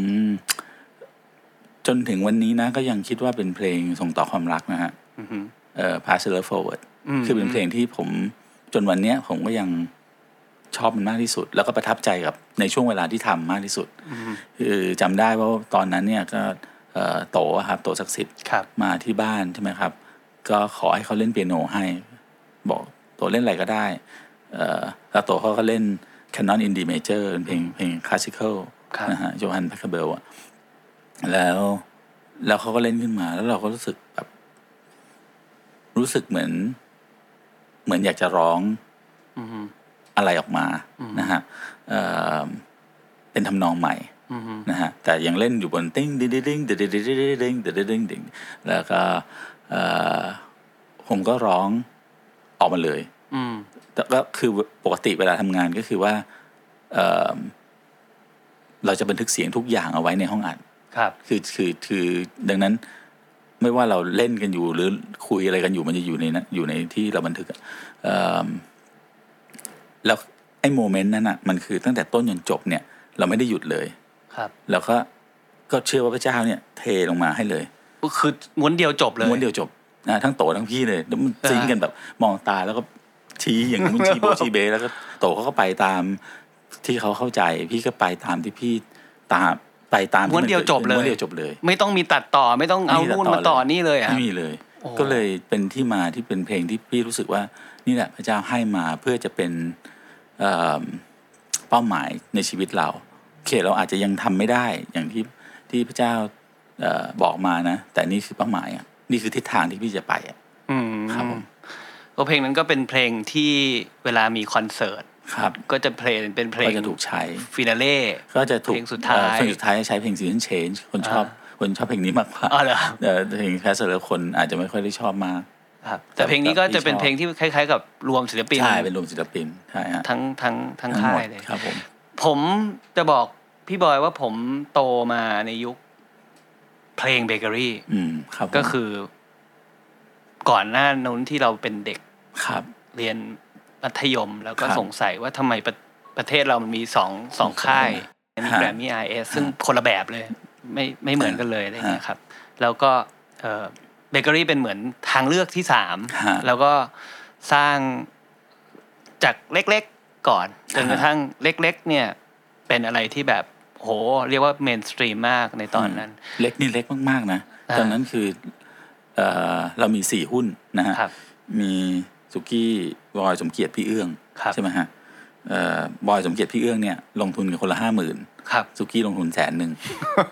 S1: จนถึงวันนี้นะก็ยังคิดว่าเป็นเพลงส่งต่อความรักนะฮะเอ่อ Pass the Love Forward คือเป็นเพลงที่ผมจนวันนี้ผมก็ยังชอบมันมากที่สุดแล้วก็ประทับใจกับในช่วงเวลาที่ทำมากที่สุดคือจำได้ว่าตอนนั้นเนี่ยก็โตครับโตศักดิ์สิทธิ์มาที่บ้านใช่ไหมครับก็ขอให้เขาเล่นเปียโนให้บอกโตเล่นอะไรก็ได้แล้วโตเขาก็เล่น Canon in D major เป็นเพลงเพลงคลาสสิคอลนะฮะโจฮันแพคเคเบลอ่ะแล้วแล้วเขาก็เล่นขึ้นมาแล้วเราก็รู้สึกแบบรู้สึกเหมือนเหมือนอยากจะร้องอะไรออกมานะฮะเป็นทำนองใหม่นะฮะแต่ยังเล่นอยู่บนติ้งดิ้งดิ้งดิ้งดิ้งดิ้งดิ้งดิ้งดิ้งดิ้งแล้วก็ผมก็ร้องออกมาเลยแต่ก็คือปกติเวลาทำงานก็คือว่าเราจะบันทึกเสียงทุกอย่างเอาไว้ในห้องอัด
S4: ครับ
S1: คือคือคือดังนั้นไม่ว่าเราเล่นกันอยู่หรือคุยอะไรกันอยู่มันจะอยู่ในนั้นอยู่ในที่เราบันทึกแล้วไอ้โมเมนต์นั้นอ่ะมันคือตั้งแต่ต้นจนจบเนี่ยเราไม่ได้หยุดเลย
S4: ครับ
S1: แล้วก็ก็เชื่อว่าพระเจ้าเนี่ยเทลงมาให้เลย
S4: ก็คือม้วนเดียวจบเลย
S1: ม้วนเดียวจบนะทั้งโตทั้งพี่เลยแล้วมันซิงกันแบบมองตาแล้วก็ชี้อย่างนู้นชี้โบชี้เบแล้วก็โตเขาก็ไปตามที่เขาเข้าใจพี่ก็ไปตามที่พี่ตามไปตาม
S4: ม้วนเดียวจบเลย
S1: ม้วนเดียวจบเลย
S4: ไม่ต้องมีตัดต่อไม่ต้องเอานู่นมาต่อนี่เลยอ่ะ
S1: ไม่มีเลยก็เลยเป็นที่มาที่เป็นเพลงที่พี่รู้สึกว่านี่แหละพระเจ้าให้มาเพื่อจะเป็นเป้าหมายในชีวิตเราโอเคเราอาจจะยังทำไม่ได้อย่างที่ที่พระเจ้าบอกมานะแต่นี่คือเป้าหมายอ่ะนี่คือทิศทางที่พี่จะไปอ่ะ
S4: อืม
S1: ครับผม
S4: ราะเพลงนั้นก็เป็นเพลงที่เวลามีคอนเสิร์ต
S1: ครับ
S4: ก็จะเพลงเป็นเพลง
S1: ก็จะถูกใช้
S4: ฟินาเล่
S1: ก็จะถูก
S4: เพลงสุดท้าย
S1: เพลงสุดท้ายใช้เพลง Season Change คนชอบคนชอบเพลงนี้มากกว่า
S4: อ๋อเหรอ
S1: แต่เพลงแคสเซอร์คนอาจจะไม่ค่อยได้ชอบมาก
S4: ครับแต่เพลงนี้ก็จะเป็นเพลงที่คล้ายๆกับรวมศิลปิน
S1: ใช่เป็นรวมศิลปินใช่ฮะ
S4: ทั้งทั้งทั้งค่ายเลย
S1: ครับผม
S4: ผมจะบอกพี่บอยว่าผมโตมาในยุคเพลงเบเกอรี่
S1: อืมครับ
S4: ก็คือก่อนหน้านู้นที่เราเป็นเด็ก
S1: ครับ
S4: เรียนมัธยมแล้วก็สงสัยว่าทำไมประประเทศเรามันมีสองสองค่ายมีแกรมมี่ อาร์ เอส ซึ่งคนละแบบเลยไม่ไม่เหมือนกันเลยอะไรเงี้ยครับแล้วก็เอ่อเบเกอรี่เป็นเหมือนทางเลือกที่สามแล้วก็สร้างจากเล็กๆก่อนจนกระทั่งเล็กๆเนี่ยเป็นอะไรที่แบบโหเรียกว่าเมนสตรีมมากในตอนนั้น
S1: เล็กนี่เล็กมากๆนะตอนนั้นคือเอ่อเรามีสี่หุ้นนะฮะมีสุกี้บอยสมเกียรติพี่เอื้องใช่ไหมฮะเอ่อบอยสมเกียรติพี่เอื้องเนี่ยลงทุนกันคนละห้าหมื่นสุกี้ลงทุนแสนหนึ่ง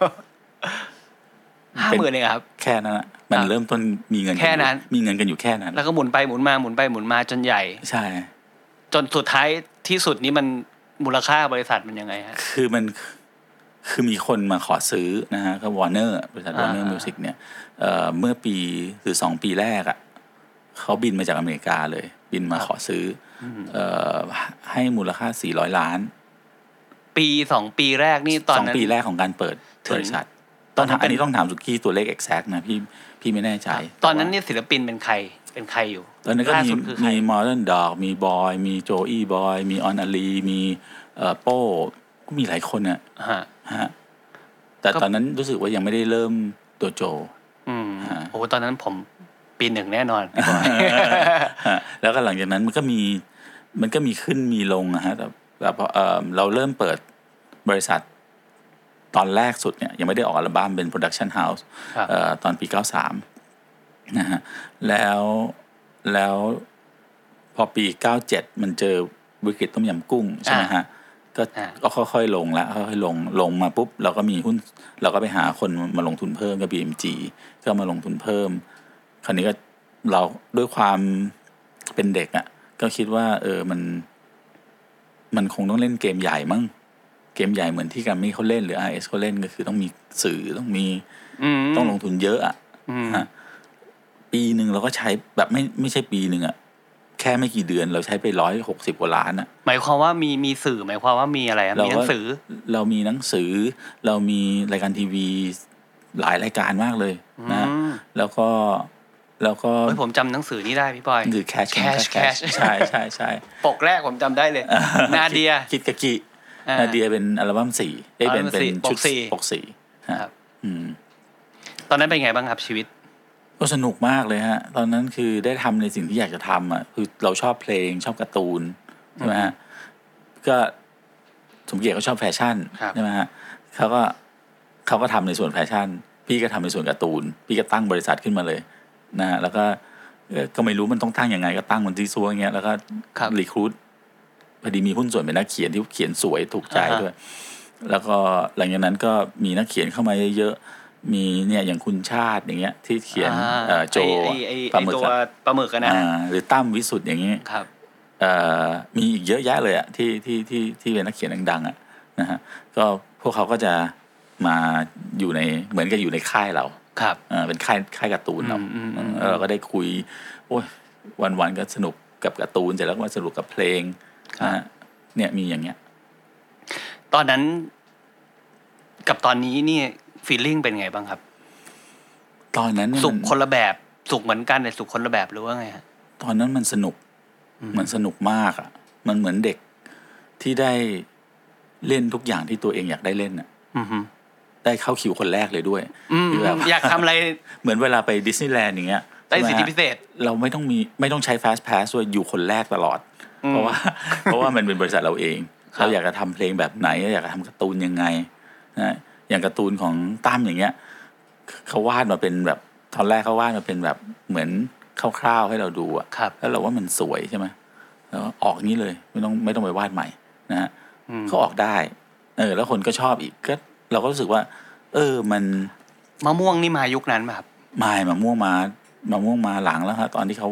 S4: ห้าหมื่นเองครับ
S1: แค่นั้นมันเริ่มต้นมีเงิน
S4: แค่นั้น
S1: มีเงินกันอยู่แค่นั้น
S4: แล้วก็หมุนไปหมุนมาหมุนไปหมุนมาจนใหญ่
S1: ใช่
S4: จนสุดท้ายที่สุดนี้มันมูลค่าบริษัทมันยังไงฮะ
S1: คือมันคือมีคนมาขอซื้อนะฮะก็วอร์เนอร์บริษัทวอร์เนอร์มิวสิกเนี่ยเอ่อเมื่อปีคือสองปีแรกอ่ะเขาบินมาจากอเมริกาเลยบินมาขอซื้อเอ่อให้มูลค่าสี่ร้อยล้าน
S4: ปีสองปีแรกนี่ตอนนั้น
S1: สองปีแรกของการเปิดบริษัทตอนอันนี้ต้องถามสุกี้ตัวเลข exact นะพี่พี่ไม่แน่ใจ
S4: ตอนนั้นเนี่ยศิลปินเป็นใครเป็นใครอยู่
S1: ตอนนั้นก็มีมีมอร์เดนดอกมีบอยมีโจอี้บอยมีออนอาลีมีเอ่อโป้ก็มีหลายคนอ่ะ
S4: ฮะ
S1: ฮะแต่ตอนนั้นรู้สึกว่ายังไม่ได้เริ่มตัวโจ
S4: อืมโอ้ตอนนั้นผมปีหนึ่งแน่นอน
S1: แล้วก็หลังจากนั้นมันก็มีมันก็มีขึ้นมีลงนะฮะแต่แต่พอเอ่อเราเริ่มเปิดบริษัทตอนแรกสุดเนี่ยยังไม่ได้ออกอัลบั้มเป็นโปรดักชันเฮาส์เอ่อตอนปีเก้าสิบสามนะฮะแล้วแล้วพอปีเก้าสิบเจ็ดมันเจอวิกฤตต้มยำกุ้งใช่ไหมฮะก็ก็ค่อยๆลงแล้วค่อยๆลงลงมาปุ๊บเราก็มีหุ้นเราก็ไปหาคนมาลงทุนเพิ่มกับ บี เอ็ม จี ก็มาลงทุนเพิ่มคราวนี้ก็เราด้วยความเป็นเด็กอ่ะก็คิดว่าเออมันมันคงต้องเล่นเกมใหญ่มั้งเกมใหญ่เหมือนที่แกรมมี่เขาเล่นหรือ อาร์ เอส เขาเล่นก็คือต้องมีสื่อต้องมีต้องลงทุนเยอะอ่ะฮะปีหนึ่งเราก็ใช้แบบไม่ไม่ใช่ปีหนึ่งอ่ะแค่ไม่กี่เดือนเราใช้ไปร้อยหกสิบกว่าล้านอ่ะ
S4: หมายความว่ามีมีสื่อหมายความว่ามีอะไรมีหนังสือ
S1: เรามีหนังสือเรามีรายการทีวีหลายรายการมากเลยนะแล้วก็แล้วก็
S4: ผมจำหนังสือนี้ได้พี่บอย
S1: คือ Cash Cash Cash ใช่ใช่ใช่
S4: ปกแรกผมจำได้เลยนาเดีย
S1: คิดกะกินาเดียเป็นอัลบั้มสี่เอ้ยเป็นเป็นชุดปกสี่
S4: ครับอืมตอนนั้นเป็นไงบ้างครับชีวิต
S1: ก็สนุกมากเลยฮะตอนนั้นคือได้ทำในสิ่งที่อยากจะทำอ่ะคือเราชอบเพลงชอบการ์ตูนใช่ไหมฮะก็สมเกียรติเขาชอบแฟชั่นใช่ไหมฮะเขาก็เขาก็ทำในส่วนแฟชั่นพี่ก็ทำในส่วนการ์ตูนพี่ก็ตั้งบริษัทขึ้นมาเลยนะฮะแล้วก็ก็ไม่รู้มันต้องตั้งยังไงก็ตั้งมันที่ซัวอย่างเงี้ยแล้วก็รีครูทพอดีมีหุ้นส่วนเป็นนักเขียนที่เขียนสวยถูกใจด้วยแล้วก็หลังจากนั้นก็มีนักเขียนเข้ามาเยอะๆมีเนี่ยอย่างคุณชาติอย่างเงี้ยที่เขียนโจ
S4: ปลาหมึกปลาหมึกกันนะ
S1: หรือตั้มวิสุทธ์อย่างเงี้ยมีอีกเยอะแยะเลยอ่ะที่ที่ที่ที่เป็นนักเขียนดังๆอ่ะนะฮะก็พวกเขาก็จะมาอยู่ในเหมือนกับอยู่ในค่ายเรา
S4: ครับ
S1: เป็นค่ายค่ายการ์ตูนเราเราก็ได้คุยโอ้ยวันๆก็สนุกกับการ์ตูนเสร็จแล้วก็มาสนุกกับเพลงนะเนี่ยมีอย่างเงี้ย
S4: ตอนนั้นกับตอนนี้นี่ฟีลลิ่งเป็นไงบ้างครับ
S1: ตอนนั้น
S4: สุขคนละแบบสุขเหมือนกันแต่สุขคนละแบบหรือว่าไงฮะ
S1: ตอนนั้นมันสนุกมันสนุกมากอ่ะมันเหมือนเด็กที่ได้เล่นทุกอย่างที่ตัวเองอยากได้เล่นอ่ะได้เข้าคิวคนแรกเลยด้วย
S4: คือแบบอยากทำอะไร
S1: เหมือนเวลาไปดิสนีย์แลนด์อย่างเงี้ย
S4: ได้สิทธิพิเศษ
S1: เราไม่ต้องมีไม่ต้องใช้ Fast Pass ด้วยอยู่คนแรกตลอดเพราะว่าเพราะว่ามันเป็นบริษัทเราเองเราอยากจะทำเพลงแบบไหนอยากจะทำการ์ตูนยังไงนะอย่างการ์ตูนของตั้มอย่างเงี้ยเขาวาดมาเป็นแบบตอนแรกเขาวาดมาเป็นแบบเหมือนคร่าวๆให้เราดูอ่ะแล้วเราว่ามันสวยใช่ไหมแล้วออกนี้เลยไม่ต้องไม่ต้องไปวาดใหม่นะฮะเขาออกได้เออแล้วคนก็ชอบอีกก็เราก็รู้สึกว่าเออมัน
S4: มะม่วงนี่มายุคนั้นป่ะครับ
S1: ไม่มะม่วงมามะม่วงมาหลังแล้วครับตอนที่เขาวาด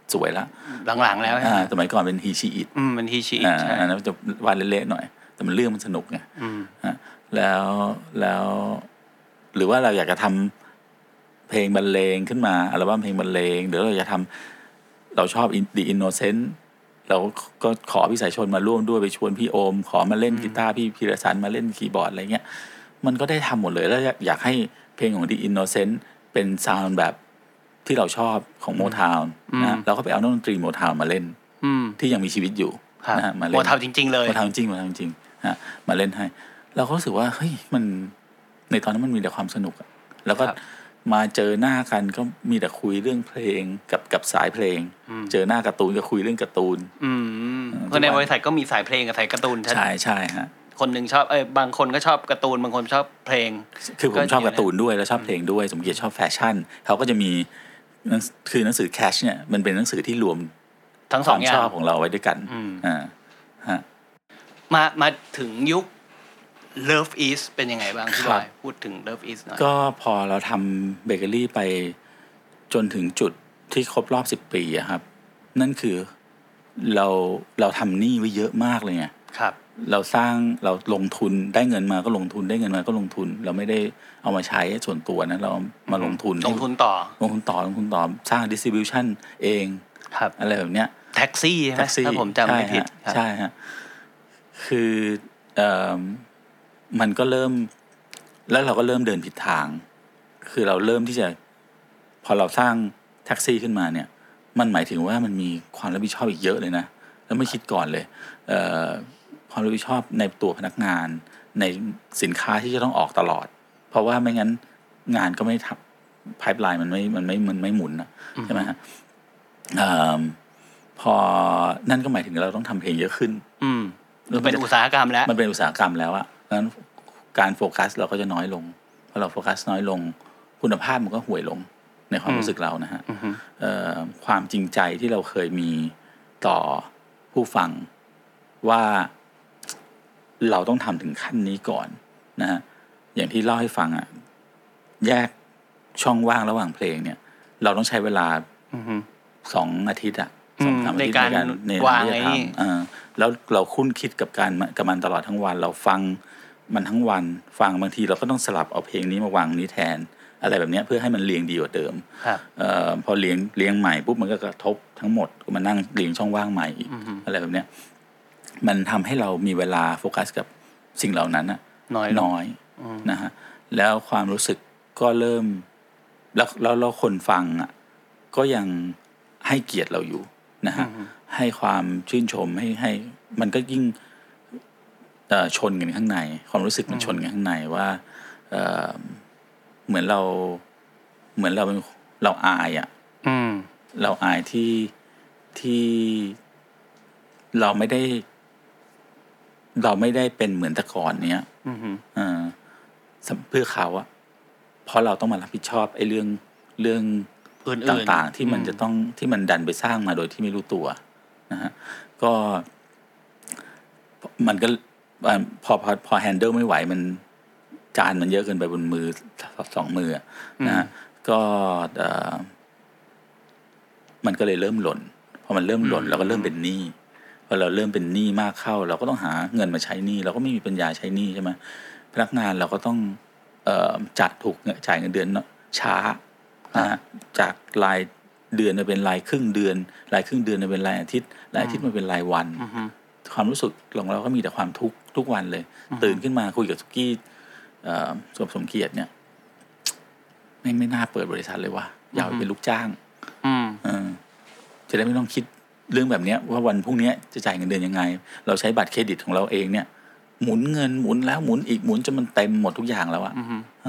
S1: สวยละ
S4: หลังๆแล้ว
S1: อ่าสมัยก่อนเป็นฮีชีอิต
S4: อืมมันฮีชีอิตใช่
S1: อันนั้นจะวาดเละๆหน่อยแต่มันเรื่องมันสนุกไง
S4: อืม
S1: ฮะแล้วแล้วหรือว่าเราอยากจะทำเพลงบรรเลงขึ้นมาอัลบั้มเพลงบรรเลงหรือเราอยากทำเราชอบ The Innocent เราก็ขอพี่สายชนมาร่วมด้วยไปชวนพี่โอมขอมาเล่นกีตาร์พี่พีรสันมาเล่นคีย์บอร์ดอะไรเงี้ยมันก็ได้ทำหมดเลยแล้วอยากให้เพลงของ The Innocent เป็นซาวด์แบบที่เราชอบของ Motown นะเราก็ไปเอานักดนตรี Motown มาเล่นที่ยังมีชีวิตอยู่นะมาเล่น
S4: Motown จริงๆเลย
S1: Motown จริง Motown จริงฮะมาเล่นให้เราก็รู้สึกว่าเฮ้ยมันในตอนนั้นมันมีแต่ความสนุกอะแล้วก็มาเจอหน้ากันก็มีแต่คุยเรื่องเพลงกับกับสายเพลงเจอหน้าการ์ตูนก็คุยเรื่องการ์ตูน
S4: เพราะในบริษัทก็มีสายเพลงกับสายการ์ตูน
S1: ใช่ใช่ฮะ
S4: คนหนึ่งชอบเอ้ยบางคนก็ชอบการ์ตูนบางคนชอบเพลง
S1: คือผมชอบการ์ตูนด้วยแล้วชอบเพลงด้วยสมเกียรติชอบแฟชั่นเขาก็จะมีคือหนังสือแคชเนี่ยมันเป็นหนังสือที่รวม
S4: ทั้งสองอย่าง
S1: ชอบของเราไว้ด้วยกันอ่าฮะ
S4: มามาถึงยุค Love Is เป็นยังไงบ้างพี่บอยพูดถึง Love Is หน่อย
S1: ก็พอเราทำเบเกอรี่ไปจนถึงจุดที่ครบรอบสิบปีอะครับนั่นคือเราเราทำหนี้ไว้เยอะมากเลยไง
S4: ครับ
S1: เราสร้างเราลงทุนได้เงินมาก็ลงทุนได้เงินมาก็ลงทุนเราไม่ได้เอามาใช้ส่วนตัวนะเรามาลงทุน
S4: ลงทุนต่อ
S1: ลงทุนต่อลงทุนต่อสร้าง distribution เอง
S4: ครับ
S1: อะไรแบบเนี้ย
S4: แท็กซี่ใช่ไหมถ้าผมจำไม่ผิด
S1: ใช่ฮะคือเอ่อมันก็เริ่มแล้วเราก็เริ่มเดินผิดทางคือเราเริ่มที่จะพอเราสร้างแท็กซี่ขึ้นมาเนี่ยมันหมายถึงว่ามันมีความรับผิดชอบอีกเยอะเลยนะแล้วไม่คิดก่อนเลยเอ่อความรับผิดชอบในตัวพนักงานในสินค้าที่จะต้องออกตลอดเพราะว่าไม่งั้นงานก็ไม่ทำไพป์ไลน์มันไม่มันไม่มันไม่หมุนนะใช่ไหมฮะพอนั่นก็หมายถึงเราต้องทำเพลงเยอะขึ้น
S4: อืมมันเป็นอุตสาหกรรมแล้ว
S1: มันเป็นอุตสาหกรรมแล้วอะงั้นการโฟกัสเราก็จะน้อยลงพอเราโฟกัสน้อยลงคุณภาพมันก็ห่วยลงในความรู้สึกเรานะฮะความจริงใจที่เราเคยมีต่อผู้ฟังว่าเราต้องทำถึงขั้นนี้ก่อนนะฮะอย่างที่เล่าให้ฟังอะแยกช่องว่างระหว่างเพลงเนี่ยเราต้องใช้เวลาสองอาทิตย์อะสองสามอาทิตย์ในการในการทำแล้วเราคุ้นคิดกับการกับมันตลอดทั้งวันเราฟังมันทั้งวันฟังบางทีเราก็ต้องสลับเอาเพลงนี้มาวางนี้แทนอะไรแบบนี้เพื่อให้มันเรียงดีกว่าเดิมเอ่อพอเรียงเรียงใหม่ปุ๊บมันก็กระทบทั้งหมดก็มานั่งเรียงช่องว่างใหม่อีกอะไรแบบนี้มันทำให้เรามีเวลาโฟกัสกับสิ่งเหล่านั้นน่ะ
S4: น้อย
S1: น้อยนะฮะแล้วความรู้สึกก็เริ่มแล้วแล้วคนฟังอ่ะก็ยังให้เกียรติเราอยู่นะฮะให้ความชื่นชมให้ให้มันก็ยิ่งชนกันข้างในความรู้สึกมันชนกันข้างในว่าเอ่อเหมือนเราเหมือนเราเป็นเราอายอ่ะเราอายที่ที่เราไม่ได้เราไม่ได้เป็นเหมือนแต่ก่อนเนี้ยเอ่อเพื่อเขาอ่ะเพราะเราต้องมารับผิดชอบไอ้เรื่องเรื่องต่างๆที่มันจะต้องที่มันดันไปสร้างมาโดยที่ไม่รู้ตัวนะฮะก็มันก็พอพอพอแฮนเดิลไม่ไหวมันจานมันเยอะเกินไปบนมือสองมือนะฮะก็มันก็เลยเริ่มหล่นพอมันเริ่มหล่นเราก็เริ่มเป็นหนี้พอเราเริ่มเป็นหนี้มากเข้าเราก็ต้องหาเงินมาใช้หนี้เราก็ไม่มีปัญญาใช้หนี้ใช่ไหมพนักงานเราก็ต้องจัดถูกจ่ายเงินเดือนช้านะฮะจากรายเดือนมาเป็นรายครึ่งเดือนรายครึ่งเดือนมาเป็นรายอาทิตย์รายอาทิตย์มาเป็นรายวันความรู้สึกของเราก็มีแต่ความทุกข์ทุกวันเลยตื่นขึ้นมาคุยกับสุกี้สมสมเกียรติเนี่ยไม่ไม่น่าเปิดบริษัทเลยว่ะอยากเป็นลูกจ้างจะได้ไม่ต้องคิดเรื่องแบบนี้ว่าวันพรุ่งนี้จะจ่ายเงินเดือนยังไงเราใช้บัตรเครดิตของเราเองเนี่ยหมุนเงินหมุนแล้วหมุนอีกหมุนจนมันเต็มหมดทุกอย่างแล้วอะ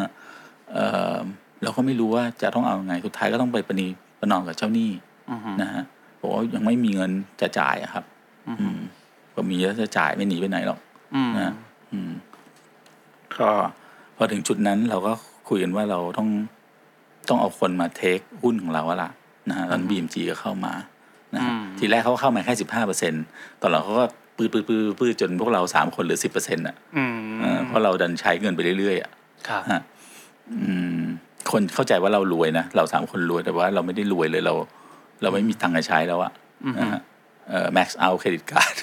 S1: เราก็ไม่รู้ว่าจะต้องเอาไงสุดท้ายก็ต้องไปประนีประนอมกับเจ้าหนี้นะฮะบอกว่ายังไม่มีเงินจะจ่ายอะครับก็มีแล้วจะจ่ายไม่หนีไปไหนหรอกนะก็พอถึงจุดนั้นเราก็คุยกันว่าเราต้องต้องเอาคนมาเทคหุ้นของเราละนะฮะตอน บี เอ็ม จี ก็เข้ามานะทีแรกเขาเข้ามาแค่สิบห้าเปอร์เซ็นต์ตอนหลังเขาก็ปื้ดปื้ดปื้ดปื้ดจนพวกเราสามคนเหลือสิบเปอร์เซ็นต์อ่ะเพราะเราดันใช้เงินไปเรื่อยๆอ่ะคนเข้าใจว่าเรารวยนะเราสามคนรวยแต่ว่าเราไม่ได้รวยเลยเราเราไม่มีตังค์จะใช้แล้วอะนะฮะเอ่อ max out เครดิตการ์ด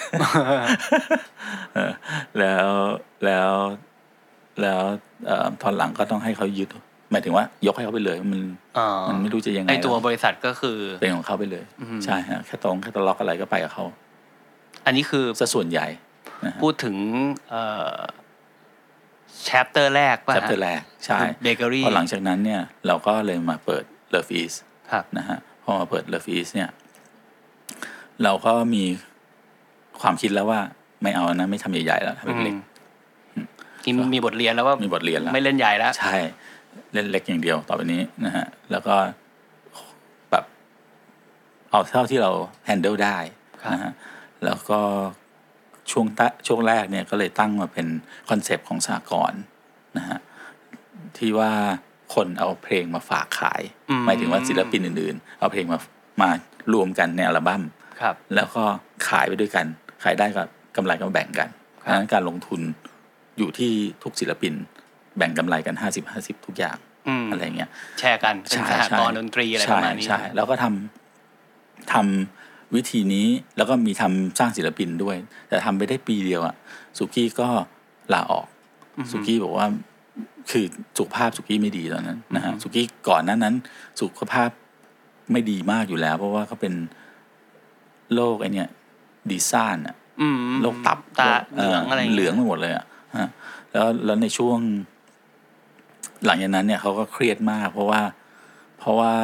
S1: แล้วแล้วแล้วเอ่อตอนหลังก็ต้องให้เขายึดหมายถึงว่ายกให้เขาไปเลยมันมันไม่รู้จะยังไง
S4: ไอตัวบริษัทก็คือ
S1: เป็นของเขาไปเลยใช่ฮะแค่ตรงแค่ตล็อกอะไรก็ไปกับเขา
S4: อันนี้คือ
S1: ซะส่วนใหญ่
S4: พูดถึงเอ่อ chapter แรกป่ะ
S1: chapter แรกใช่
S4: เบเกอรี่
S1: พอหลังจากนั้นเนี่ยเราก็เลยมาเปิด Love East นะฮะพอมาเปิด Love East เนี่ยเราก็มีความคิดแล้วว่าไม่เอานะไม่ทำใหญ่ๆแล้วทำเล็ก
S4: ๆมีบทเรียนแล้วว่า
S1: มีบทเรียนแล้ว
S4: ไม่เล่นใหญ่แล้ว
S1: ใช่เล่นเล็กอย่างเดียวต่อไปนี้นะฮะแล้วก็แบบเอาเท่าที่เรา handle ได้นะฮะแล้วก็ช่วงตะช่วงแรกเนี่ยก็เลยตั้งมาเป็นคอนเซปต์ของสหกรณ์นะฮะที่ว่าคนเอาเพลงมาฝากขายหมายถึงว่าศิลปินอื่นๆเอาเพลงมามารวมกันในอัลบั้มแล้วก็ขายไปด้วยกันขายได้ก็กำไรก็แบ่งกันเพราะฉะนั้นการลงทุนอยู่ที่ทุกศิลปินแบ่งกำไรกันห้าสิบ ห้าสิบทุกอย่างอะไรเงี้ย
S4: แชร์กันเป็นสหกรณ์ดนตรีอะไรประมาณนี้
S1: ใช่แล้วก็ทำทำวิธีนี้แล้วก็มีทำสร้างศิลปินด้วยแต่ทำไปได้ปีเดียวอ่ะสุกี้ก็ลาออกสุกี้บอกว่าคือสุขภาพสุกี้ไม่ดีตอนนั้นนะฮะสุกี้ก่อนนั้นนั้นสุขภาพไม่ดีมากอยู่แล้วเพราะว่าเขาเป็นโรคไอเนี้ยดีซ่านอ่ะโรคตับ
S4: ตาเหลืองอะไร
S1: เหลืองไปหมดเลยอ่ะฮะแล้วแล้วในช่วงหลังจากนั้นเนี่ยเขาก็เครียดมากเพราะว่าเพราะว่า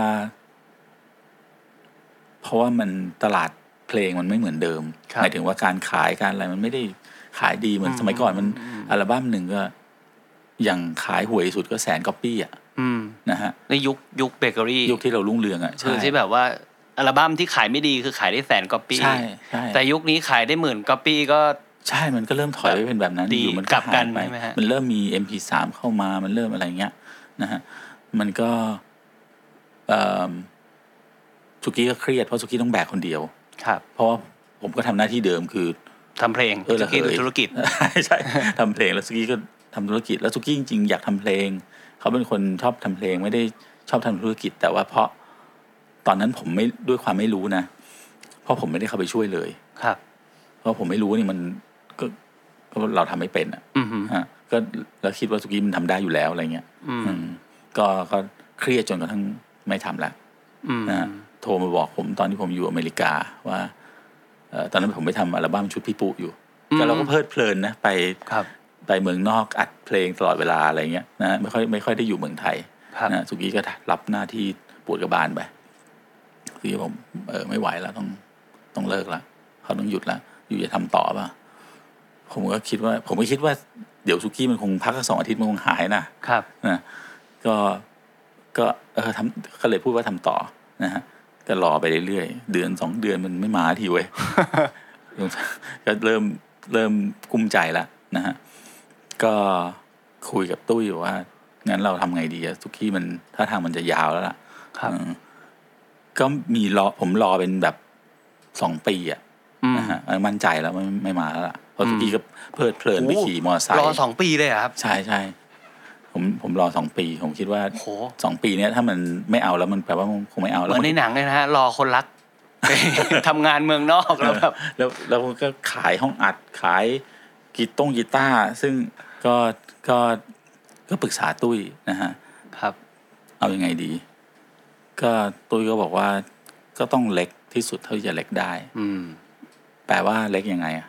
S1: เพราะว่ามันตลาดเพลงมันไม่เหมือนเดิมหมายถึงว่าการขายการอะไรมันไม่ได้ขายดีเหมือนสมัยก่อนมันอัลบั้มหนึ่งก็อย่างขายหวยสุดก็แสนก๊อปปี้อ่ะนะฮะ
S4: ในยุคยุคเบเกอรี่
S1: ยุคที่เรารุ่งเรืองอ่ะ
S4: คือที่แบบว่าอัลบั้มที่ขายไม่ดีคือขายได้แสนก๊อปปี้
S1: ใช่ใช่
S4: แต่ยุคนี้ขายได้หมื่นก๊อปปี้ก็
S1: ใช่มันก็เริ่มถอยไปเป็นแบบนั้น
S4: อยู่
S1: มัน
S4: กลับกันใช่ไหมฮะ
S1: มันเริ่มมี เอ็ม พี สาม เข้ามามันเริ่มอะไรเงี้ยนะฮะมันก็เอ่อสุกี้ก็เครียดเพราะสุกี้ต้องแบกคนเดียว
S4: ครับ
S1: เพราะว่าผมก็ทำหน้าที่เดิมคือ
S4: ทำเพลงสุกี้ธุรกิจ
S1: ใช่ทำเพลงแล้วสุกี้ก็ทำธุรกิจแล้วสุกี้จริงๆอยากทำเพลงเขาเป็นคนชอบทำเพลงไม่ได้ชอบทำธุรกิจแต่ว่าเพราะตอนนั้นผมไม่ด้วยความไม่รู้นะเพราะผมไม่ได้เข้าไปช่วยเลย
S4: ครับ
S1: เพราะผมไม่รู้นี่มันก็เราทำไม่เป็นอ่ะฮะก็เราคิดว่าสุกี้มันทำได้อยู่แล้วอะไรเงี้ยก็ก็เครียดจนกระทั่งไม่ทำละนะโทรมาบอกผมตอนที่ผมอยู่อเมริกาว่าตอนนั้นผมไปทำอัลบั้มชุดพี่ปุ๊อยู่ก็เราก็เพลิดเพลินนะไปไปเมืองนอกอัดเพลงตลอดเวลาอะไรเงี้ยนะไม่ค่อยไม่ค่อยได้อยู่เมืองไทยนะสุกี้ก็รับหน้าที่ปวดกระบาลไปคือผมเออไม่ไหวแล้วต้องต้องเลิกละเขาต้องหยุดละอยู่จะทำต่อป่ะผมก็คิดว่าผมก็คิดว่าเดี๋ยวสุกี้มันคงพักสักสองอาทิตย์มันคงหายนะครับนะก็ก็เออทำก็เลยพูดว่าทำต่อนะฮะก็รอไปเรื่อยๆเดือนสองเดือนมันไม่มาทีเว้ยก็เริ่มเริ่มกุ้มใจแล้วนะฮะก็คุยกับตุ้ยว่างั้นเราทำไงดีอะสุกี้มันถ้าทางมันจะยาวแล้วล่ะก็มีรอผมรอเป็นแบบสองปีอะนะฮะมั่นใจแล้วไม่ไม่มาแล้วล่ะเพราะสุกี้ก็เพลิดเพลินไปขี่มอเตอร์ไซค์
S4: รอสองปีเลยครับ
S1: ใช่ใช่ผมผมรอสองปีผมคิดว่าสองปีเนี้ยถ้ามันไม่เอาแล้วมันแปลว่าคงไม่เอาแล้ว
S4: เหมือนในหนังเลยนะฮะรอคนรักทำงานเมืองนอกแล้วแบบ
S1: แล้วแล้วก็ขายห้องอัดขายกีตงกีตาร์ซึ่งก็ก็ก็ปรึกษาตุ้ยนะฮะ
S4: ครับ
S1: เอายังไงดีก็ตุ้ยก็บอกว่าก็ต้องเล็กที่สุดเท่าที่จะเล็กได้
S4: อืม
S1: แปลว่าเล็กยังไงอ่ะ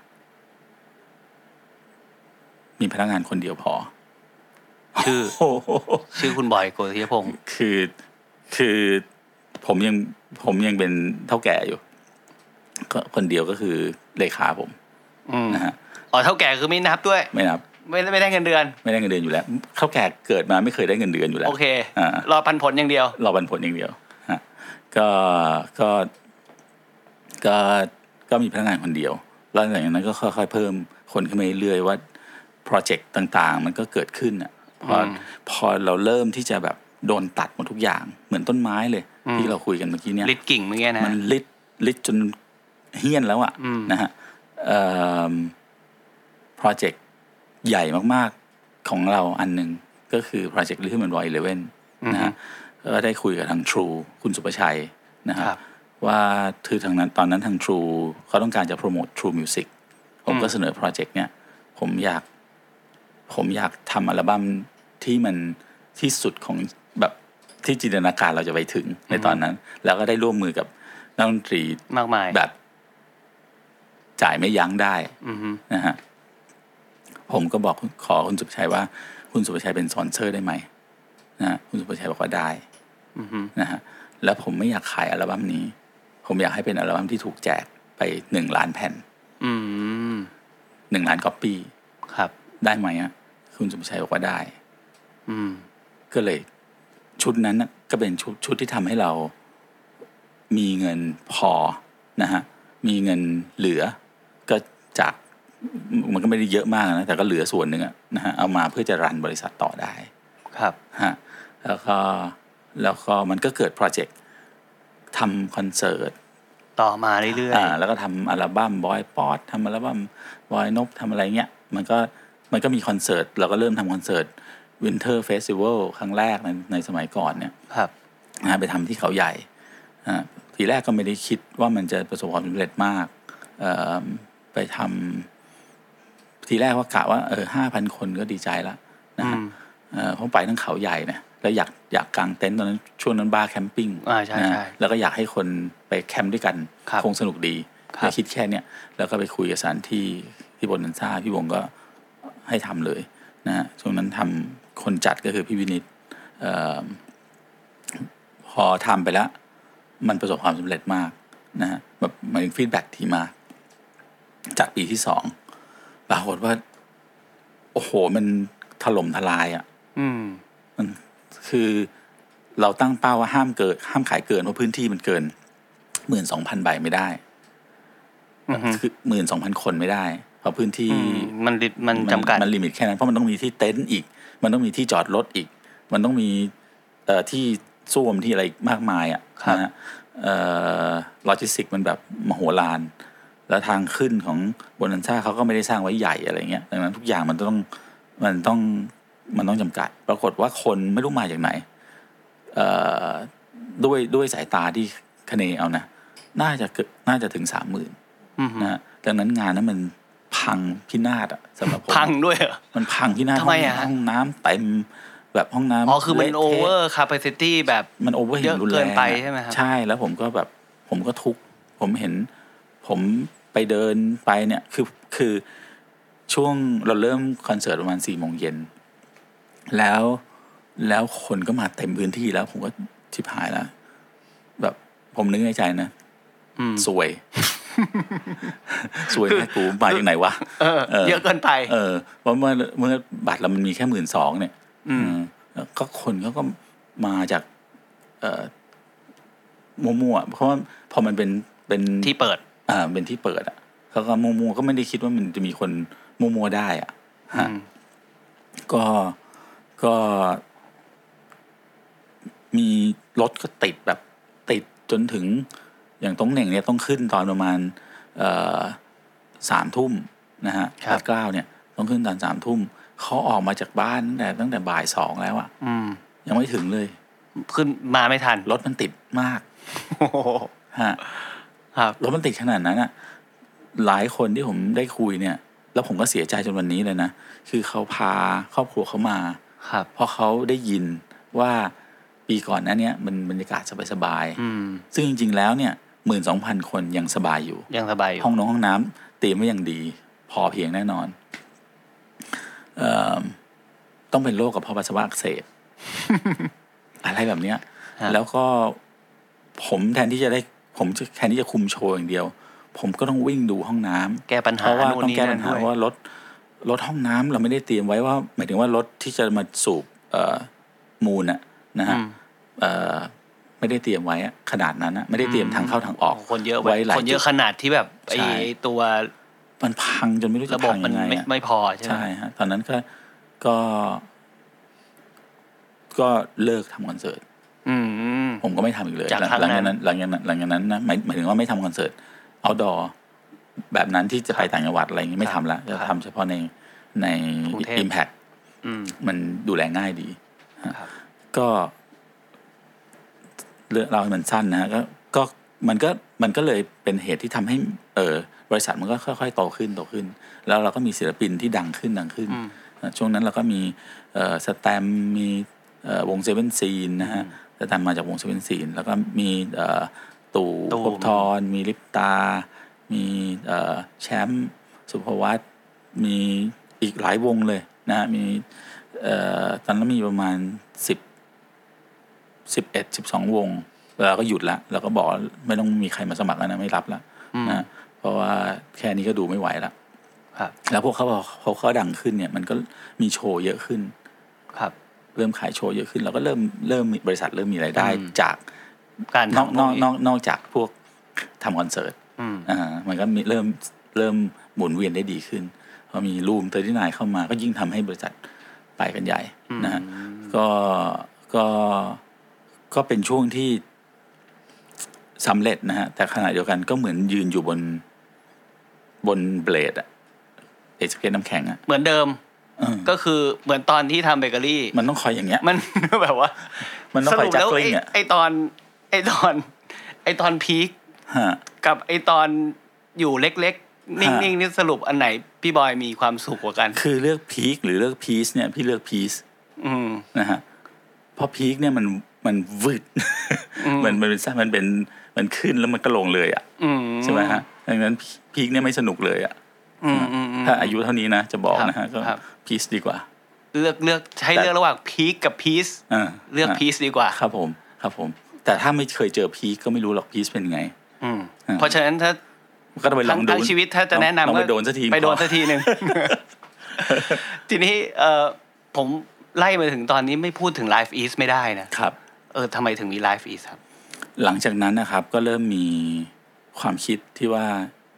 S1: มีพนักงานคนเดียวพอ
S4: ชื่อชื่อคุณบอยโกศิยพงศ์
S1: คือคือผมยังผมยังเป็นเท่าแก่อยู่ก็คนเดียวก็คือเลขาผมนะฮะ
S4: อ๋อเท่าแก่คือไม่นับด้วย
S1: ไม่นับ
S4: ไม่ไม่ได้เงินเดือน
S1: ไม่ได้เงินเดือนอยู่แล้วเท่าแก่เกิดมาไม่เคยได้เงินเดือนอยู่แล้ว
S4: โอเครอปันผลอย่างเดียว
S1: รอปันผลอย่างเดียวฮะก็ก็ก็ก็มีพนักงานคนเดียวแล้วหลังจากนั้นก็ค่อยๆเพิ่มคนขึ้นมาเรื่อยๆว่าโปรเจกต์ต่างๆมันก็เกิดขึ้นอ่ะพอพอเราเริ่มที่จะแบบโดนตัดหมดทุกอย่างเหมือนต้นไม้เลยที่เราคุยกันเมื่อกี้เนี้ย
S4: ลิดกิ่งเมื่อกี้นะ
S1: มันลิดลิดจนเหี้ยนแล้วอ่ะนะฮะเอ่อโปรเจกต์ใหญ่มากๆของเราอันนึงก็คือโปรเจกต์Rhythm and Voice สิบเอ็ดนะฮะก็ได้คุยกับทาง True คุณสุประชัยนะครับว่าคือทางนั้นตอนนั้นทาง True เขาต้องการจะโปรโมท True Music ผมก็เสนอโปรเจกต์เนี้ยผมอยากผมอยากทำอัลบั้มที่มันที่สุดของแบบที่จินตนาการเราจะไปถึงในตอนนั้นแล้วก็ได้ร่วมมือกับนักดนตรี
S4: มากมาย
S1: แบบจ่ายไม่ยั้งได้นะฮะผมก็บอกขอคุณสุภชัยว่าคุณสุภชัยเป็นสปอนเซอร์ได้ไหมนะคุณสุภชัยบอกว่าได้นะฮะแล้วผมไม่อยากขายอัลบั้มนี้ผมอยากให้เป็นอัลบั้มที่ถูกแจกไปหนึ่งล้านแผ่นหนึ่งล้านก๊อปปี้
S4: ครับ
S1: ได้ไหมอ่ะคุณสุภชัยบอกว่าได้ก็เลยชุดนั้นก็เป็นชุดชุดที่ทำให้เรามีเงินพอนะฮะมีเงินเหลือก็จากมันก็ไม่ได้เยอะมากนะแต่ก็เหลือส่วนหนึ่งอะนะฮะเอามาเพื่อจะรันบริษัทต่อได้
S4: ครับ
S1: ฮะแล้วก็แล้วก็มันก็เกิดโปรเจกต์ทำคอนเสิร์ต
S4: ต่อมาเรื่อยๆ
S1: อ่าแล้วก็ทำอัลบั้มบอยป๊อตทำอัลบั้มบอยนบทำอะไรเงี้ยมันก็มันก็มีคอนเสิร์ตเราก็เริ่มทำคอนเสิร์ตวินเทอร์เฟสติวัลครั้งแรกในในสมัยก่อนเนี่ย
S4: ครับ
S1: นะฮะไปทำที่เขาใหญ่อ่าทีแรกก็ไม่ได้คิดว่ามันจะประสบความสำเร็จมากเอ่อไปทำทีแรกว่ากะว่าเออห้าพันคนก็ดีใจแล้วนะฮะเออผมไปทั้งเขาใหญ่นะแล้วอยากอยากกางเต็นท์ตอนนั้นช่วงนั้นบาร์แคมปิ้ง
S4: อ่าใช่ใช่
S1: แล้วก็อยากให้คนไปแคมป์ด้วยกันคงสนุกดีเลยคิดแค่เนี้ยแล้วก็ไปคุยกับสถานที่ที่บนนันซ่าพี่วงก็ให้ทำเลยนะฮะช่วงนั้นทำคนจัดก็คือพี่วินิตพอทำไปแล้วมันประสบความสำเร็จมากนะฮะแบบมันฟีดแบ็กดีมากจัดปีที่สองปรากฏว่าโอ้โหมันถล่มทลายอ่ะ
S4: อืม
S1: มันคือเราตั้งเป้าว่าห้ามเกินห้ามขายเกินเพราะพื้นที่มันเกินหมื่นสองพันใบไม่ได้คือหมื่นสองพันคนไม่ได้เพราะพื้นที่
S4: มันมันจำกัด
S1: มันลิมิตแค่นั้นเพราะมันต้องมีที่เต็นท์อีกมันต้องมีที่จอดรถอีกมันต้องมีเอ่อที่ซ่วมที่อะไรมากมายอ่ะนะฮะเอ่อโลจิสติกมันแบบมโหฬารแล้วทางขึ้นของโบนันซ่าเขาก็ไม่ได้สร้างไว้ใหญ่อะไรเงี้ยดังนั้นทุกอย่างมันต้องมันต้องมันต้องจำกัดปรากฏว่าคนไม่รู้มาจากไหนเอ่อด้วยด้วยสายตาที่คะเนเอานะน่าจะเกิดน่าจะถึงสามหมื่นนะดังนั้นงานนั้นมันพังพินาศอ่ะสำหรับผม
S4: พังด้วยเหรอ
S1: มันพังพินาศห้องน้ำเต็มแบบห้องน้ำ
S4: อ๋อคือมันโอเวอร์แคปซิตี้แบบ
S1: มันโอเวอร์เห็นรุนแรง
S4: ไปใช่ไหมครับ
S1: ใช่แล้วผมก็แบบผมก็ทุกข์ผมเห็นผมไปเดินไปเนี่ยคือคือช่วงเราเริ่มคอนเสิร์ตประมาณสี่โมงเย็นแล้วแล้วคนก็มาเต็มพื้นที่แล้วผมก็ชิบหายแล้วแบบผมนึกในใจนะสวยสวยนะกูมาจากไหนวะ
S4: เยอะเกินไป
S1: เออเพราะเมื่อเมื่อบัตรเรามันมีแค่หมื่นสองเนี่ยก็คนเขาก็มาจากเอ่อมั่วๆเพราะว่าพอมันเป็นเป็น
S4: ที่เปิด
S1: อ่าเป็นที่เปิดอ่ะเขาก็มั่วๆก็ไม่ได้คิดว่ามันจะมีคนมั่วๆได้อ่ะฮะก็ก็มีรถก็ติดแบบติดจนถึงอย่างตรงเหน่งเนี่ยต้องขึ้นตอนประมาณเอ่อสามทุ่มนะฮะแปดเก้าเนี่ยต้องขึ้นตอนสามทุ่มเขาออกมาจากบ้านตั้งแต่ตั้งแต่บ่ายสองแล้วอ่ะยังไม่ถึงเลย
S4: ขึ้นมาไม่ทัน
S1: รถมันติดมากฮะรถมันติดขนาดนั้นอ่ะหลายคนที่ผมได้คุยเนี่ยแล้วผมก็เสียใจจนวันนี้เลยนะคือเขาพาครอบครัวเขามาเพราะเขาได้ยินว่าปีก่อนนั้นเนี่ยมันบรรยากาศสบายๆซึ่งจริงๆแล้วเนี่ยหมื่นสองพันคนยังสบายอยู่
S4: ยังสบายอยู่
S1: ห้องน้องห้องน้ำเตรียมไว้อย่างดีพอเพียงแน่นอนเอ่อต้องเป็นโรคกระเพาะปัสสาวะอักเสบ อะไรแบบเนี้ยแล้วก็ผมแทนที่จะได้ผมแทนที่จะคุมโชว์อย่างเดียวผมก็ต้องวิ่งดูห้องน้ำ
S4: แก้ปัญหา
S1: เพราะว่าต้องแก้ปัญหาว่ารถรถห้องน้ำเราไม่ได้เตรียมไว้ว่าหมายถึงว่ารถที่จะมาสูบเอ่อมูลน่ะนะฮะเอ่อไม่ได้เตรียมไว้ขนาดนั้นนะไม่ได้เตรียมทางเข้าทางออก
S4: คนเยอะไว้คนเยอะขนาดที่แบบไอ้ตัว
S1: มันพังจนไม่รู้จะพังยังไง
S4: ระบบมันไม่พอใช่ไหม
S1: ใช่ฮะตอนนั้นก็ก็ก็เลิกทำคอนเสิร์ตผมก็ไม่ทำอีกเลยหลังจากนั้นหลังจากนั้นหลังจากนั้นนะหมายหมายถึงว่าไม่ทำคอนเสิร์ตเอาท์ดอร์แบบนั้นที่จะไปต่างจังหวัดอะไรอย่างงี้ไม่ทำแล้วจะทำเฉพาะในใน Impact มันดูแลง่ายดีก็เรื่องเราให้มันสั้นนะฮะก็ก็มันก็มันก็เลยเป็นเหตุที่ทำให้เออบริษัทมันก็ค่อยๆโตขึ้นโตขึ้นแล้วเราก็มีศิลปินที่ดังขึ้นดังขึ้นช่วงนั้นเราก็มีเอ่อสแตมมีเอ่อวงเซเว่นซีนนะฮะสแตมมาจากวงเซเว่นซีนแล้วก็มีเอ่อตู่ภพทรมีลิปตามีเอ่อแชมป์สุภวัฒน์มีอีกหลายวงเลยนะมีเอ่อตอนนั้นมีประมาณสิบ สิบเอ็ด สิบสองวงแล้วเราก็หยุดละเราก็บอกไม่ต้องมีใครมาสมัครแล้วนะไม่รับละนะเพราะว่าแค่นี้ก็ดูไม่ไหวละแล้วพวกเขาเขาเขาดังขึ้นเนี่ยมันก็มีโชว์เยอะขึ้นครับเริ่มขายโชว์เยอะขึ้นเราก็เริ่มเริ่มบริษัทเริ่มมีรายได้จาก
S4: การ
S1: นอกนอกนอกนอกจากพวกทำคอนเสิร์ตอ่ามันก็มีเริ่มเริ่มหมุนเวียนได้ดีขึ้นพอมีรูมเตอร์ที่นายเข้ามาก็ยิ่งทำให้บริษัทไปกันใหญ่นะฮะก็ก็ก็เป็นช่วงที่สำเร็จนะฮะแต่ขณะเดียวกันก็เหมือนยืนอยู่บนบนเบลดอะเอสเกตน้ำแข็งอะ
S4: เหมือนเดิมก็คือเหมือนตอนที่ทำเบเกอรี่
S1: มันต้องคอยอย่างเงี้ย
S4: มันแบบว่า
S1: มันต้องคอยจักกลิ้ง
S4: อะไอตอนไอตอนไอตอนพีคกับไอตอนอยู่เล็กๆนิ่งๆนี่สรุปอันไหนพี่บอยมีความสุขกว่ากัน
S1: คือเลือกพีคหรือเลือกพีซเนี่ยพี่เลือกพีซนะฮะเพราะพีคเนี่ยมันมันวืดมันมันเป็นมันเป็นมันขึ้นแล้วมันก็ลงเลยอ่ะใช่ไหมฮะดังนั้นพีคเนี่ยไม่สนุกเลยอ่ะถ้าอายุเท่านี้นะจะบอกนะฮะก็พีซดีกว่า
S4: เลือกเลือกใช้เลือกระหว่างพีคกับพีซเลือกพีซดีกว่า
S1: ครับผมครับผมแต่ถ้าไม่เคยเจอพีคก็ไม่รู้หรอกพีซเป็นไง
S4: เพราะฉะนั้นถ้า
S1: ก็ต้องไปลองดู
S4: ทั้งชีวิตถ้าจะแนะนำก็
S1: ไปโดนสักที
S4: ไปโดนสักทีนึงทีนี้ผมไล่มาถึงตอนนี้ไม่พูดถึง Life East ไม่ได้นะครับเออทำไมถึงมี Life East ครับ
S1: หลังจากนั้นนะครับก็เริ่มมีความคิดที่ว่า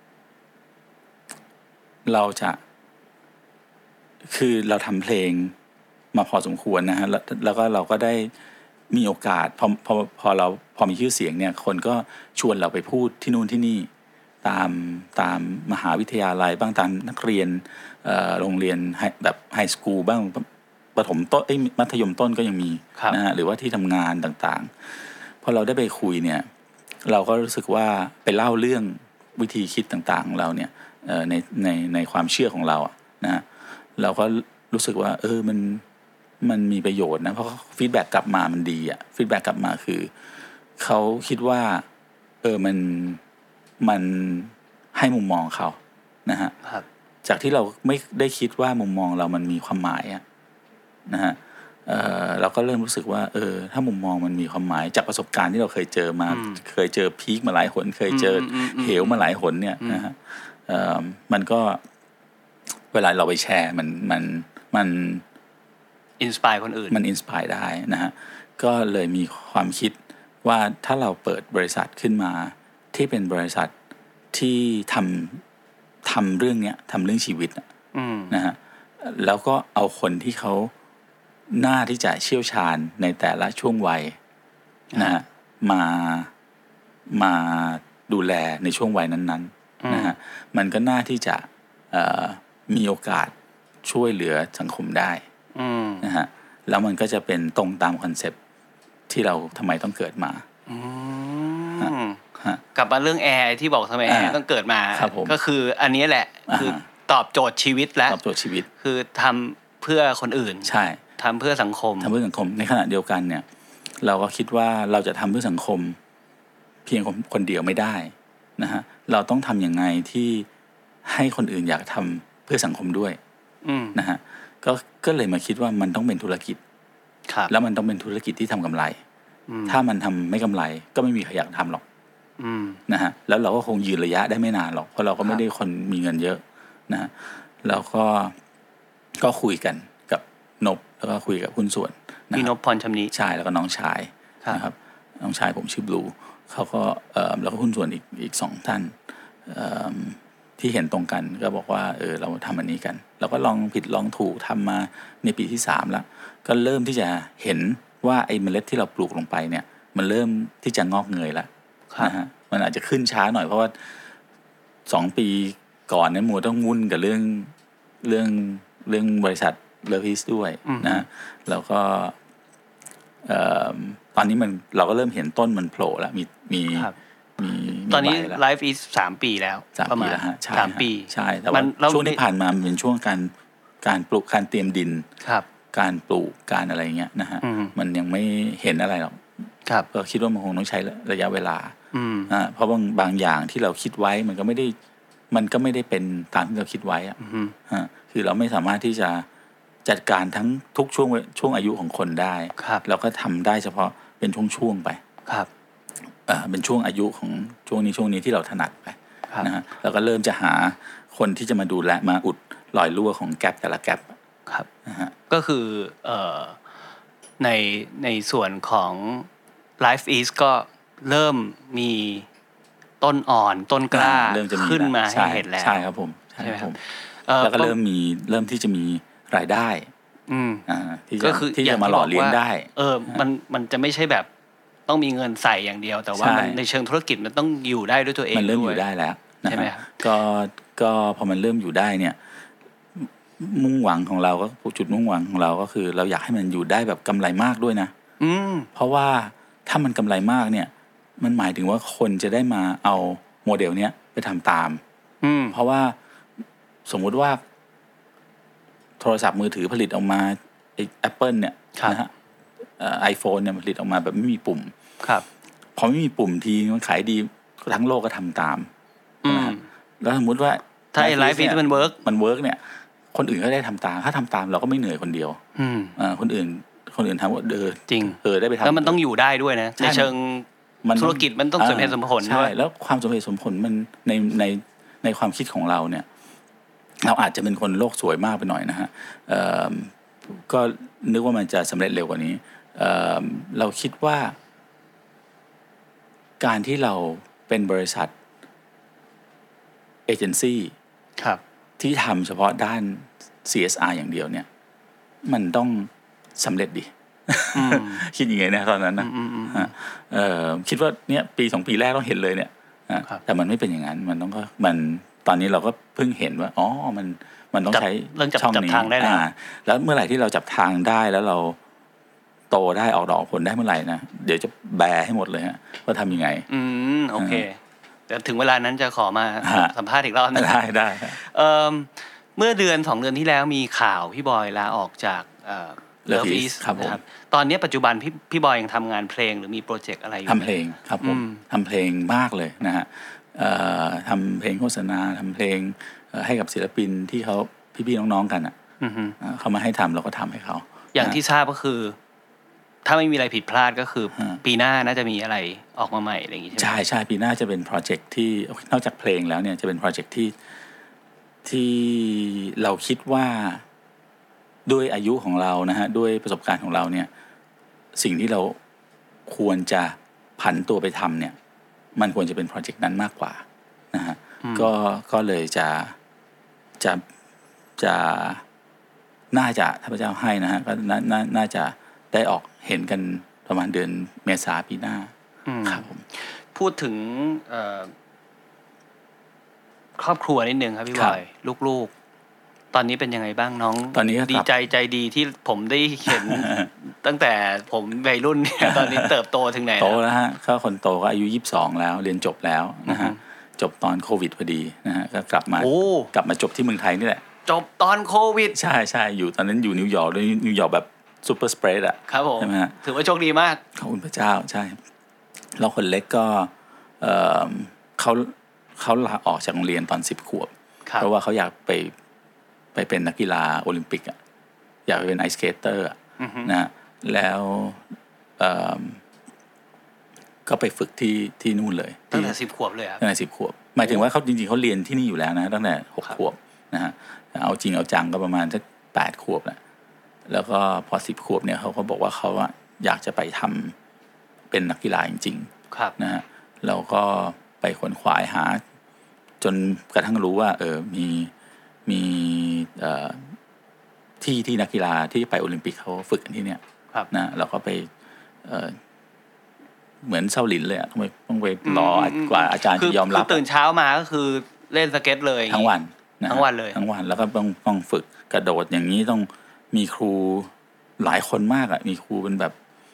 S1: เราจะคือเราทำเพลงมาพอสมควรนะฮะแล้วแล้วก็เราก็ได้มีโอกาสพอพอพอเราพอมีชื่อเสียงเนี่ยคนก็ชวนเราไปพูดที่นู่นที่นี่ตามตามมหาวิทยาลัยบ้างตามนักเรียนเอ่อโรงเรียนแบบไฮสคูลบ้างประถมต้นเอ้ยมัธยมต้นก็ยังมีนะฮะหรือว่าที่ทำงานต่างๆพอเราได้ไปคุยเนี่ยเราก็รู้สึกว่าไปเล่าเรื่องวิธีคิดต่างๆของเราเนี่ยในในในความเชื่อของเราอ่ะนะฮะเราก็รู้สึกว่าเออมันมันมีประโยชน์นะเพราะฟีดแบ็กกลับมามันดีอ่ะฟีดแบ็กกลับมาคือเขาคิดว่าเออมันมันให้มุมมองเขานะฮะจากที่เราไม่ได้คิดว่ามุมมองเรามันมีความหมายอ่ะนะฮะ เอ่อเราก็เริ่มรู้สึกว่าเออถ้ามุมมองมันมีความหมายจากประสบการณ์ที่เราเคยเจอมาเคยเจอพีคมาหลายหนเคยเจอเหวมาหลายหนเนี่ยนะฮะเอ่อมันก็เวลาเราไปแชร์มันมันมัน
S4: อินสไปร์คนอื่น
S1: มันอินสไปร์ได้นะฮะก็เลยมีความคิดว่าถ้าเราเปิดบริษัทขึ้นมาที่เป็นบริษัทที่ทำทำเรื่องเนี้ยทำเรื่องชีวิตนะฮะแล้วก็เอาคนที่เขาหน้าที่จะเชี่ยวชาญในแต่ละช่วงวัยนะฮะมามาดูแลในช่วงวัยนั้นๆนะฮะมันก็น่าที่จะมีโอกาสช่วยเหลือสังคมได้นะฮะแล้วมันก็จะเป็นตรงตามคอนเซปต์ที่เราทำไมต้องเกิดมาก
S4: ลับมาเรื่องแอร์ที่บอกทำไมแอร์ต้องเกิดมาก็คืออันนี้แหละคือตอบโจทย์ชีวิตแล้ว
S1: ตอบโจทย์ชีวิต
S4: คือทำเพื่อคนอื่น
S1: ใช่
S4: ทำเพื่อสังคม
S1: ทำเพื่อสังคมในขณะเดียวกันเนี่ยเราก็คิดว่าเราจะทำเพื่อสังคมเพียงคนเดียวไม่ได้นะฮะเราต้องทำอย่างไงที่ให้คนอื่นอยากทำเพื่อสังคมด้วยนะฮะก็ก็เลยมาคิดว่ามันต้องเป็นธุรกิจแล้วมันต้องเป็นธุรกิจที่ทำกำไรถ้ามันทำไม่กำไรก็ไม่มีใครอยากทำหรอกนะฮะแล้วเราก็คงยืนระยะได้ไม่นานหรอกเพราะเราก็ไม่ได้คนมีเงินเยอะนะฮะแล้วก็ก็คุยกันกับนบแล้วก็คุยกับหุ้นส่วน
S4: พี่นบพรชำนิ
S1: ใช่แล้วก็น้องชายนะครับน้องชายผมชื่อบลูเขาก็เอ่อแล้วก็หุ้นส่วนอีกอีกสองท่านเอ่อที่เห็นตรงกันก็บอกว่าเออเราทำอันนี้กันเราก็ลองผิดลองถูกทำมาในปีที่สามแล้วก็เริ่มที่จะเห็นว่าไอ้เมล็ดที่เราปลูกลงไปเนี่ยมันเริ่มที่จะงอกเงยแล้วนะฮะมันอาจจะขึ้นช้าหน่อยเพราะว่าสองปีก่อนเนี่ยมัวต้องวุ่นกับเรื่องเรื่องเรื่องบริษัทเลอพิสด้วยนะแล้วก็ตอนนี้มันเราก็เริ่มเห็นต้นมันโผล่แล้วมีมีมี
S4: ตอนนี้ Life is สามปีแล้วประมาณสามปี
S1: ใช่แต่ว่าช่วงที่ผ่านมามันเป็นช่วงการการปลูกการเตรียมดินการปลูกการอะไรเงี้ยนะฮะมันยังไม่เห็นอะไรหรอกก็คิดว่ามันคงต้องใช้ระยะเวลาอ่าเพราะบางบางอย่างที่เราคิดไว้มันก็ไม่ได้มันก็ไม่ได้เป็นตามที่เราคิดไว้อ่ะคือเราไม่สามารถที่จะจัดการทั้งทุกช่วงช่วงอายุของคนได้เราก็ทำได้เฉพาะเป็นช่วงๆไป
S4: ครับ
S1: อ่าเป็นช่วงอายุของช่วงนี้ช่วงนี้ที่เราถนัดไปนะฮะแล้วก็เริ่มจะหาคนที่จะมาดูแลมาอุดรอยรั่วของแกปแต่ละแกป
S4: ครับนะฮะก็คือเอ่อในในส่วนของ Life is ก็เริ่มมีต้นอ่อนต้นกล้าขึ้นมาให้เห็นแล้ว
S1: ใช่ครับผมใช่ครับผมแล้วก็เริ่มมีเริ่มที่จะมีรายได้
S4: อืม
S1: อ่าที่จะที่จะมาหล่อเลี้ยงได้
S4: เออมันมันจะไม่ใช่แบบต้องมีเงินใส่อย่างเดียวแต่ว่ามันในเชิงธุรกิจมันต้องอยู่ได้ด้วยตัวเอง
S1: มันเริ่มอยู่ได้แล้ว
S4: ใช่ไหมครับ
S1: ก็ก็พอมันเริ่มอยู่ได้เนี่ยมุ่งหวังของเราก็จุดมุ่งหวังของเราก็คือเราอยากให้มันอยู่ได้แบบกำไรมากด้วยนะ
S4: อืม
S1: เพราะว่าถ้ามันกำไรมากเนี่ยมันหมายถึงว่าคนจะได้มาเอาโมเดลเนี้ยไปทำตาม
S4: อืม
S1: เพราะว่าสมมุติว่าโทรศัพท์มือถือผลิตออกมาไอ้ Apple เนี่ยนะฮะไอโฟนเนี่ยผลิตออกมาแบบไม่มีปุ่ม
S4: ครับ
S1: พอไม่มีปุ่มทีมันขายดีทั้งโลกก็ทำตามนะแล้วสมมุติว่า
S4: ถ้าไอ้ไลฟ์ฟีดมันเวิร์ก
S1: มันเวิร์กเนี่ยคนอื่นก็ได้ทำตามถ้าทำตามเราก็ไม่เหนื่อยคนเดียวอ่าคนอื่นคนอื่นทำว่าเออ
S4: จริง
S1: เออได้ไปทำ
S4: แล้วมันต้องอยู่ได้ด้วยนะในเชิงธุรกิจมันต้องสมเหตุสมผล
S1: ใช่แล้วความสมเหตุสมผลมันในในในความคิดของเราเนี่ยเราอาจจะเป็นคนโลกสวยมากไปหน่อยนะฮะก็นึกว่ามันจะสำเร็จเร็วกว่านี้เ, เราคิดว่าการที่เราเป็นบริษัทเอเจนซี่ที่ทำเฉพาะด้าน ซี เอส อาร์ อย่างเดียวเนี่ยมันต้องสำเร็จดิ คิดยังไงนะตอนนั้นนะคิดว่าเนี่ยปีสองปีแรกต้องเห็นเลยเนี่ยแต่มันไม่เป็นอย่างนั้นมันต้องก็มันตอนนี้เราก็เพิ่งเห็นว่าอ๋อมันมันต้องใช้
S4: ช่องนี้
S1: แล้วเมื่อไหร่ที่เราจับทางได้แล้วเราโตได้ออกดอกผลได้เมื่อไหร่นะเดี๋ยวจะแบร์ให้หมดเลยฮะว่าทำยังไง
S4: อืมโอเคเดี๋ยวถึงเวลานั้นจะขอมาสัมภาษณ์อีกรอบนึง
S1: ได้ได้
S4: เอ่อเมื่อเดือนสองเดือนที่แล้วมีข่าวพี่บอยลาออกจากเอ่อ Love Is นะครับตอนนี้ปัจจุบันพี่พี่บอยยังทำงานเพลงหรือมีโปรเจกต์อะไรอยู่
S1: ทำเพลงครับผมทำเพลงมากเลยนะฮะทำเพลงโฆษณาทำเพลงให้กับศิลปินที่เขาพี่ๆน้องๆกันอ่ะเขามาให้ทำเราก็ทำให้เขา
S4: อย่างที่ทราบก็คือถ้าไม่มีอะไรผิดพลาดก็คือปีหน้าน่าจะมีอะไรออกมาใหม่อะไรอย่างงี้ใช่ไหม
S1: ใช่ใช่ปีหน้าจะเป็นโปรเจกต์ที่นอกจากเพลงแล้วเนี่ยจะเป็นโปรเจกต์ที่ที่เราคิดว่าด้วยอายุของเรานะฮะด้วยประสบการณ์ของเราเนี่ยสิ่งที่เราควรจะผันตัวไปทำเนี่ยมันควรจะเป็นโปรเจกต์นั้นมากกว่านะฮะก็ก็เลยจะจะจะน่าจะถ้าพระเจ้าให้นะฮะก็น่าน่าจะได้ออกเห็นกันประมาณเดือนเมษาปีหน้าครับผม
S4: พูดถึงครอบครัวนิดนึงครับพี่บอยลูกๆตอนนี้เป็นยังไงบ้างน้อง
S1: ตอนนี้
S4: ดีใจใจดีที่ผมได้เห็น ตั้งแต่ผมวัยรุ่นเนี่ยตอนนี้เติบโตถึงไหน
S1: โตแล้วฮะก็คนโตก็อายุยี่สิบสองแล้วเรียนจบแล้วนะฮะจบตอนโควิดพอดีนะฮะก็กลับมากลับมาจบที่เมืองไทยนี่แหละ
S4: จบตอนโควิด
S1: ใช่ใช่อยู่ตอนนั้นอยู่นิวยอร์กด้วยนิวยอร์กแบบซูเปอร์สเปรดอ่ะ
S4: ครับผม
S1: ใช่ไหมฮะ
S4: ถือว่าโชคดีมาก
S1: ขอบคุณพระเจ้าใช่แล้วคนเล็กก็เอ่อเขาเขาลาออกจากโรงเรียนตอนสิบขวบเพราะว่าเขาอยากไปไปเป็นนักกีฬาโอลิมปิกอ่ะอยากไปเป็นไอสเกตเตอร์นะแล้วเอ่อก็ไปฝึกที่ที่นู่นเลย
S4: ตั้งแต่สิบขวบเลยครับ
S1: ตั้งแต่สิบขวบหมายถึงว่าเขาจริงๆเขาเรียนที่นี่อยู่แล้วนะตั้งแต่หกขวบนะฮะเอาจริงเอาจังก็ประมาณสักแปดขวบแหละแล้วก็พอสิบขวบเนี่ยเขาก็บอกว่าเขาอะอยากจะไปทำเป็นนักกีฬาจริงๆนะฮะเราก็ไปขวนขวายหาจนกระทั่งรู้ว่าเออมีมีเอ่อที่ที่นักกีฬาที่ไปโอลิมปิกเขาฝึกกันที่เนี่ยนะเราก็ไปเอ่อเหมือนเซาหลินเลยอะต้องไปต้องไปรอกว่าอาจารย์จะยอมรับ
S4: คือตื่นเช้ามาก็คือเล่นสเก็ตเลย
S1: ทั้งวัน
S4: ทั้งวันเลย
S1: ทั้งวันแล้วก็ต้องต้องฝึกกระโดดอย่างนี้ต้องมีครูหลายคนมากอ่ะมีครูเป็นแบบ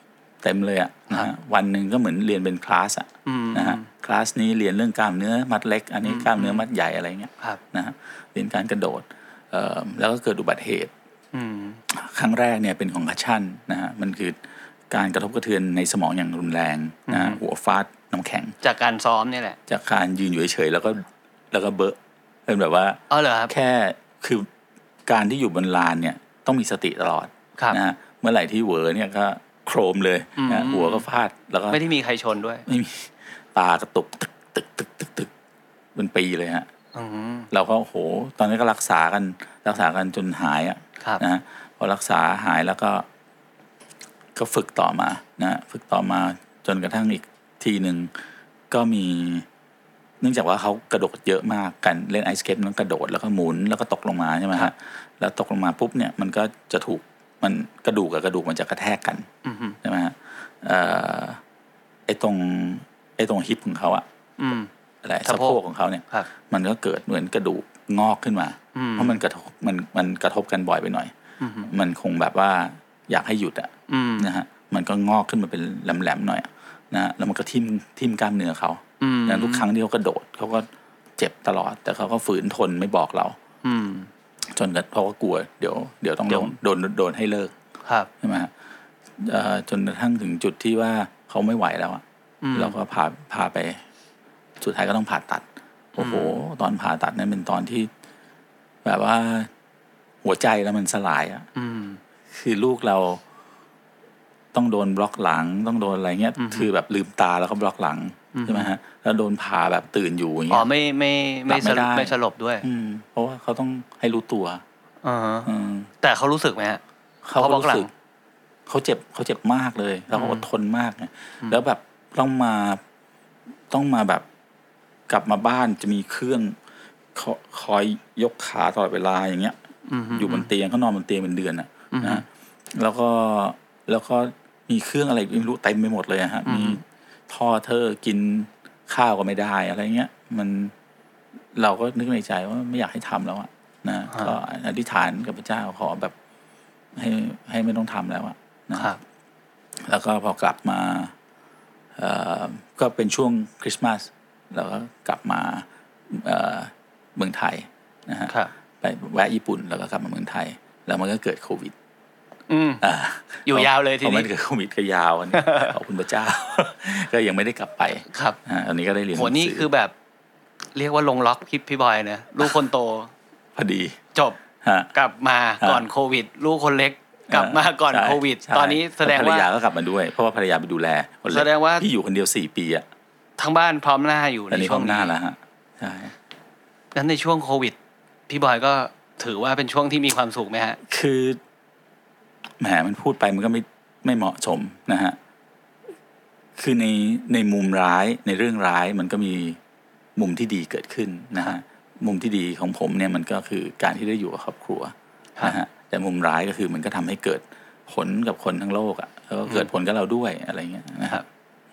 S1: เต็มเลยอ่ะนะฮะวันหนึ่งก็เหมือนเรียนเป็นคลาสอ่ะนะฮะคลาสนี้เรียนเรื่องกล้ามเนื้อมัดเล็กอันนี้กล้ามเนื้อมัดใหญ่อะไรเงี้ยนะฮะเรียนการกระโดดเอ่อแล้วก็เกิดอุบัติเหตุครั้งแรกเนี่ยเป็นของคัชชั่นนะฮะมันคือการกระทบกระเทือนในสมองอย่างรุนแรงนะฮะหัวฟาดน้ำแข็ง
S4: จากการซ้อมนี่แหละ
S1: จากการยืนอยู่เฉยๆแล้วก็แล้วก็เบอะเป็นแบบว่า
S4: อ๋อเหรอครับ
S1: แค่คือการที่อยู่บนลานเนี่ยต้องมีสติตลอดนะฮะเมื่อไหร่ที่เวอร์เนี่ยก็โครมเลยนะหัวก็ฟาดแล้วก็
S4: ไม่ได้มีใครชนด้วย
S1: ไม่มีตากระตุกตึกตึกตึกตึกตึกเป็นปีเลยฮะเราก็โหตอนนี้ก็รักษากันรักษากันจนหายอ่ะนะพอรักษาหายแล้วก็ก็ฝึกต่อมานะฝึกต่อมาจนกระทั่งอีกทีหนึ่งก็มีเนื่องจากว่าเขากระโดดเยอะมากกันเล่นไอสเกตมันกระโดดแล้วก็หมุนแล้วก็ตกลงมาใช่ไหมฮะแล้วตกลงมาปุ๊บเนี่ยมันก็จะถูกมันกระดูกกับกระดูกมันจะกระแทกกันใช่ไหมฮะไอ้ตรงไอ้ตรงฮิปของเขาอะอะไรสะโพกของเขาเนี่ยมันก็เกิดเหมือนกระดูกงอกขึ้นมาเพราะมันกระทบมันมันกระทบกันบ่อยไปหน่อยมันคงแบบว่าอยากให้หยุดอะนะฮะมันก็งอกขึ้นมาเป็นแหลมๆหน่อยนะแล้วมันก็ทิ่มทิ่มกล้ามเนื้อเขาแล้วทุกครั้งที่เขากระโดดเขาก็เจ็บตลอดแต่เขาก็ฝืนทนไม่บอกเราจนเพราะว่ากลัวเดี๋ยวเดี๋ยวต้องโดนโดนโดนให้เลิกใช่ไหมฮะจนกระทั่งถึงจุดที่ว่าเขาไม่ไหวแล้วอ่ะเราก็พาพาไปสุดท้ายก็ต้องผ่าตัดโอ้โหตอนผ่าตัดนั้นเป็นตอนที่แบบว่าหัวใจแล้วมันสลายอ่ะคือลูกเราต้องโดนบล็อกหลังต้องโดนอะไรเงี้ยคือแบบลืมตาแล้วก็บล็อกหลังใช่ไหมฮะแล้วโดนผ่าแบบตื่นอยู่อย่างเงี้ย
S4: อ๋อไม่ไม่ไม่ไม่สลบด้วย
S1: เพราะว่าเขาต้องให้รู้ตัว
S4: อ๋อแต่เขารู้สึกไหมฮะ
S1: เขารู้สึกเขาเจ็บเขาเจ็บมากเลยแล้วเขาอดทนมากไงแล้วแบบต้องมาต้องมาแบบกลับมาบ้านจะมีเครื่องคอยยกขาตลอดเวลาอย่างเงี้ยอยู่บนเตียงเขานอนบนเตียงเป็นเดือนอ่ะนะแล้วก็แล้วก็มีเครื่องอะไรไม่รู้เต็มไปหมดเลยฮะมีท่อเธอกินข้าวก็ไม่ได้อะไรเงี้ยมันเราก็นึกในใจว่าไม่อยากให้ทำแล้วอ่ะนะก็อธิษฐานกับพระเจ้าขอแบบให้ให้ไม่ต้องทำแล้วอ่ะนะครับแล้วก็พอกลับมาเอ่อก็เป็นช่วงคริสต์มาสแล้วก็กลับมาเอ่อเมืองไทยนะฮะไปแวะญี่ปุ่นแล้วก็กลับมาเมืองไทยแล้วมันก็เกิดโควิด
S4: อืมอ่าอยู่ยาวเลยทีนี้
S1: มันเกิดโควิดก็ยาวอันนี้ขอบคุณพระเจ้าก็ยังไม่ได้กลับไป
S4: ครับ
S1: อ่าตอนนี้ก็ได้เรียน
S4: โหนี่คือแบบเรียกว่าลงล็อกพี่พี่บอยนะลูกคนโต
S1: พอดี
S4: จบกลับมาก่อนโควิดลูกคนเล็กกลับมาก่อนโควิดตอนนี้แสดงว่า
S1: ภรรยาก็กลับมาด้วยเพราะว่าภรรยาไปดูแลคนเล็ก
S4: แสดงว่า
S1: พี่อยู่คนเดียวสี่ปีอะ
S4: ทั้งบ้านพร้อมหน้าอยู่
S1: ในช่วงนี้แล้วฮะใช่
S4: งั้นในช่วงโควิดพี่บอยก็ถือว่าเป็นช่วงที่มีความสุขไหมฮะ
S1: คือแหมมันพูดไปมันก็ไม่ไม่เหมาะสมนะฮะคือในในมุมร้ายในเรื่องร้ายมันก็มีมุมที่ดีเกิดขึ้นนะฮะมุมที่ดีของผมเนี่ยมันก็คือการที่ได้อยู่กับครอบครัวนะฮะแต่มุมร้ายก็คือมันก็ทำให้เกิดผลกับคนทั้งโลกอ่ะแล้วก็เกิดผลกับเราด้วยอะไรเงี้ยนะครับ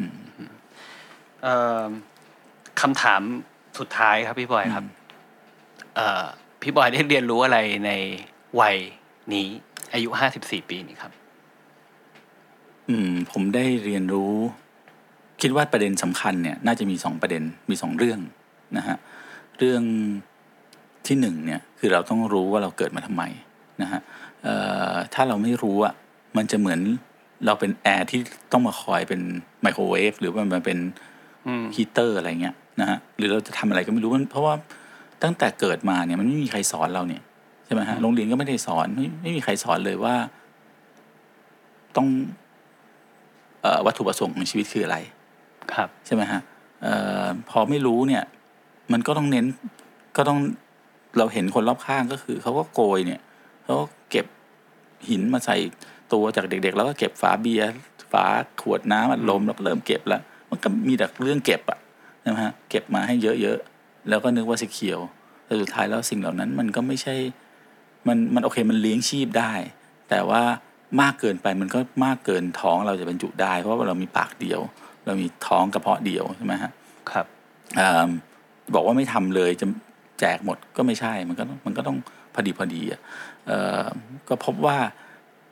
S4: คำถามสุดท้ายครับพี่บอยครับพี่บอยได้เรียนรู้อะไรในวัยนี้อายุห้าสิบสี่ปีนี้ครับ
S1: อืมผมได้เรียนรู้คิดว่าประเด็นสำคัญเนี่ยน่าจะมีสองประเด็นมีสองเรื่องนะฮะเรื่องที่หนึ่งเนี่ยคือเราต้องรู้ว่าเราเกิดมาทำไมนะฮะถ้าเราไม่รู้อ่ะมันจะเหมือนเราเป็นแอร์ที่ต้องมาคอยเป็นไมโครเวฟหรือว่ามันเป็นฮีเตอร์อะไรเงี้ยนะฮะหรือเราจะทำอะไรก็ไม่รู้มันเพราะว่าตั้งแต่เกิดมาเนี่ยมันไม่มีใครสอนเราเนี่ยใช่ไหมฮะโรงเรียนก็ไม่ได้สอนไม่ไม่มีใครสอนเลยว่าต้องเอ่อวัตถุประสงค์ของชีวิตคืออะไร
S4: ครับ
S1: ใช่ไหมฮะเอ่อพอไม่รู้เนี่ยมันก็ต้องเน้นก็ต้องเราเห็นคนรอบข้างก็คือเขาก็โกยเนี่ยเขาก็เก็บหินมาใส่ตัวจากเด็กๆแล้วก็เก็บฝาเบียร์ฝาขวดน้ำอัดลมแล้วก็เริ่มเก็บแล้วมันก็มีแต่เรื่องเก็บอ่ะใช่ไหมฮะเก็บมาให้เยอะๆแล้วก็นึกว่าสีเขียวแต่สุดท้ายแล้วสิ่งเหล่านั้นมันก็ไม่ใช่มันมันโอเคมันเลี้ยงชีพได้แต่ว่ามากเกินไปมันก็มากเกินท้องเราจะบรรจุได้เพราะว่าเรามีปากเดียวเรามีท้องกระเพาะเดียวใช่ไหมฮะ
S4: ครับ
S1: บอกว่าไม่ทำเลยจะแจกหมดก็ไม่ใช่มันก็มันก็ต้องพอดีพอดีอ่ะก็พบว่า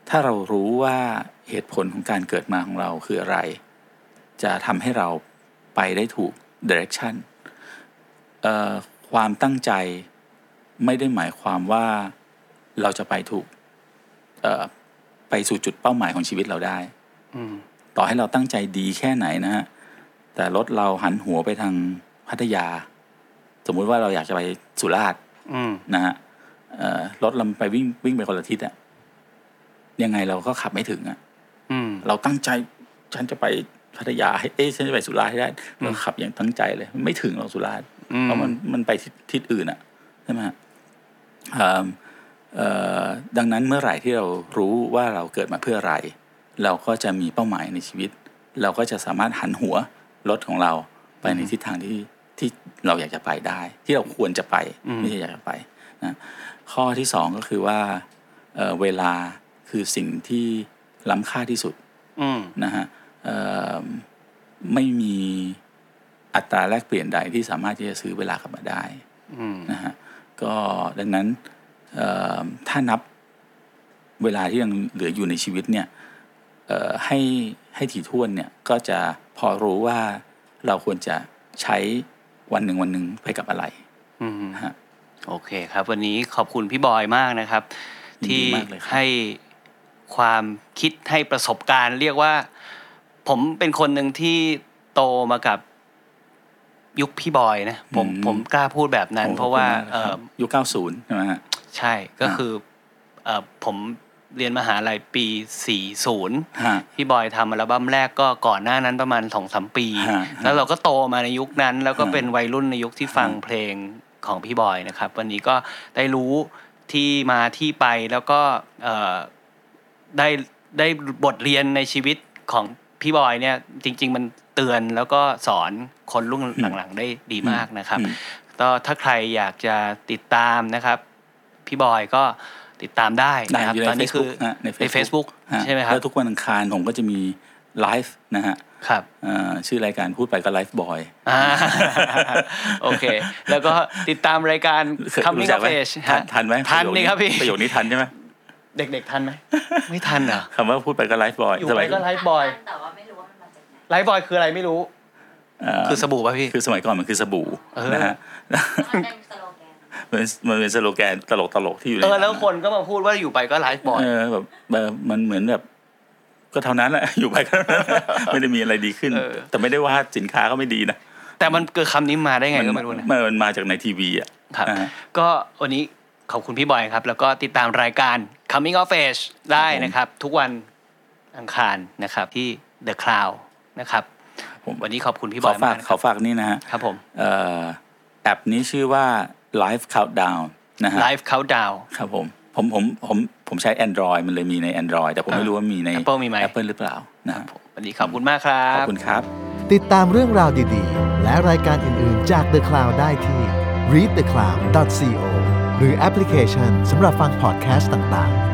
S1: ถ้าเรารู้ว่าเหตุผลของการเกิดมาของเราคืออะไรจะทำให้เราไปได้ถูก direction เอ่อความตั้งใจไม่ได้หมายความว่าเราจะไปถูกเอ่อไปสู่จุดเป้าหมายของชีวิตเราได้ต่อให้เราตั้งใจดีแค่ไหนนะฮะแต่รถเราหันหัวไปทางพัทยาสมมุติว่าเราอยากจะไปสุราษฎร์นะฮะรถเราไปวิ่งวิ่งไปคนละทิศอะยังไงเราก็ขับไม่ถึงอะเราตั้งใจฉันจะไปพัทยาให้เอ๊ะฉันจะไปสุราษฎร์ให้ได้เราขับอย่างตั้งใจเลยไม่ถึงหรอกสุราษฎร์เพราะมันมันไปทิศอื่นอะใช่ไหมฮะดังนั้นเมื่อไหร่ที่เรารู้ว่าเราเกิดมาเพื่ออะไรเราก็จะมีเป้าหมายในชีวิตเราก็จะสามารถหันหัวรถของเราไปในทิศทางที่ที่เราอยากจะไปได้ที่เราควรจะไปไม่ใช่อยากจะไปนะข้อที่สองก็คือว่า เอ่อ เวลาคือสิ่งที่ล้ำค่าที่สุดนะฮะไม่มีอัตราแลกเปลี่ยนใดที่สามารถที่จะซื้อเวลากลับมาได้นะฮะก็ดังนั้นถ้านับเวลาที่ยังเหลืออยู่ในชีวิตเนี่ยให้ให้ถี่ถ้วนเนี่ยก็จะพอรู้ว่าเราควรจะใช้วันหนึ่งวันหนึ่งไปกับอะไรฮะ
S4: โอเคครับวันนี้ขอบคุณพี่บอยมากนะครับที่ให้ความคิดให้ประสบการณ์เรียกว่าผมเป็นคนหนึ่งที่โตมากับยุคพี่บอยนะผมผมกล้าพูดแบบนั้นเพราะว่า
S1: ยุคเก้าสิบใช่ไหมฮะ
S4: ใช่ก็คือผมเรียนมหาลัยปีสี่สิบพี่บอยทำอัลบั้มแรกก็ก่อนหน้านั้นประมาณ สองถึงสาม ปีแล้วเราก็โตมาในยุคนั้นแล้วก็เป็นวัยรุ่นในยุคที่ฟังเพลงของพี่บอยนะครับวันนี้ก็ได้รู้ที่มาที่ไปแล้วก็ได้ได้บทเรียนในชีวิตของพี่บอยเนี่ยจริงๆมันเตือนแล้วก็สอนคนรุ่นหลังๆได้ดีมากนะครับก็ถ้าใครอยากจะติดตามนะครับพี่บอยก็ติดตามได้นะครับตอนนี้คือใน Facebook ใช่ไหมครับ
S1: แล้วทุกวันอังคารผมก็จะมีไลฟ์นะฮะ
S4: ครับ
S1: ชื่อรายการพูดไปก็ไลฟ์บอย
S4: โอเคแล้วก็ติดตามรายการ Coming of Age
S1: ทันไหม
S4: ทันนี่ครับพี่
S1: ประโยคนี้ทันใช่ไหม
S4: เด็กๆทันไหมไม่ทันเหรอ
S1: คำว่าพูดไปก็ไลฟ์บอย
S4: อยู่ไปก็ไลฟ์บอยแต่ว่าไม่รู้ว่ามันมาจากไหนไลฟ์บอยคืออะไรไม่รู้คือสบู่ป่ะพี่
S1: คือสมัยก่อนมันคือสบู่นะฮะมันมันเป็นสโลแกนตลกตลกที่อยู่ใน
S4: เออแล้วคนก็มาพูดว่าอยู่ไปก็ไลฟ์บอย
S1: เออแบบมันเหมือนแบบก็เท่านั้นแหละอยู่ไปก็ไม่ได้มีอะไรดีขึ้นแต่ไม่ได้ว่าสินค้าก็ไม่ดีนะ
S4: แต่มันเกิดคำนี้มาได้ไงก็ไม่รู้นะ
S1: มันมาจากในทีวีอ่ะ
S4: ครับก็วันนี้ขอบคุณพี่บอยครับแล้วก็ติดตามรายการ Coming of Age ได้นะครับทุกวันอังคารนะครับที่ The Cloud นะครับวันนี้ขอบคุณพี่บอยมาก
S1: ขอฝากนี่นะฮะ
S4: ครับผม
S1: แอปนี้ชื่อว่า Live Countdown นะฮะ
S4: Live Countdown
S1: ครับผมผมผมผมผมใช้ Android มันเลยมีใน Android แต่ผมไม่รู้ว่ามีใน
S4: Apple มีไหม
S1: Apple หรือเปล่านะครับ
S4: วันนี้ขอบคุณมากครับ
S1: ขอบคุณครับ
S2: ติดตามเรื่องราวดีๆและรายการอื่นๆจาก The Cloud ได้ที่ รีด เดอะ คลาวด์ ดอท ซี โอ หรือแอปพลิเคชันสำหรับฟังพอดแคสต์ต่างๆ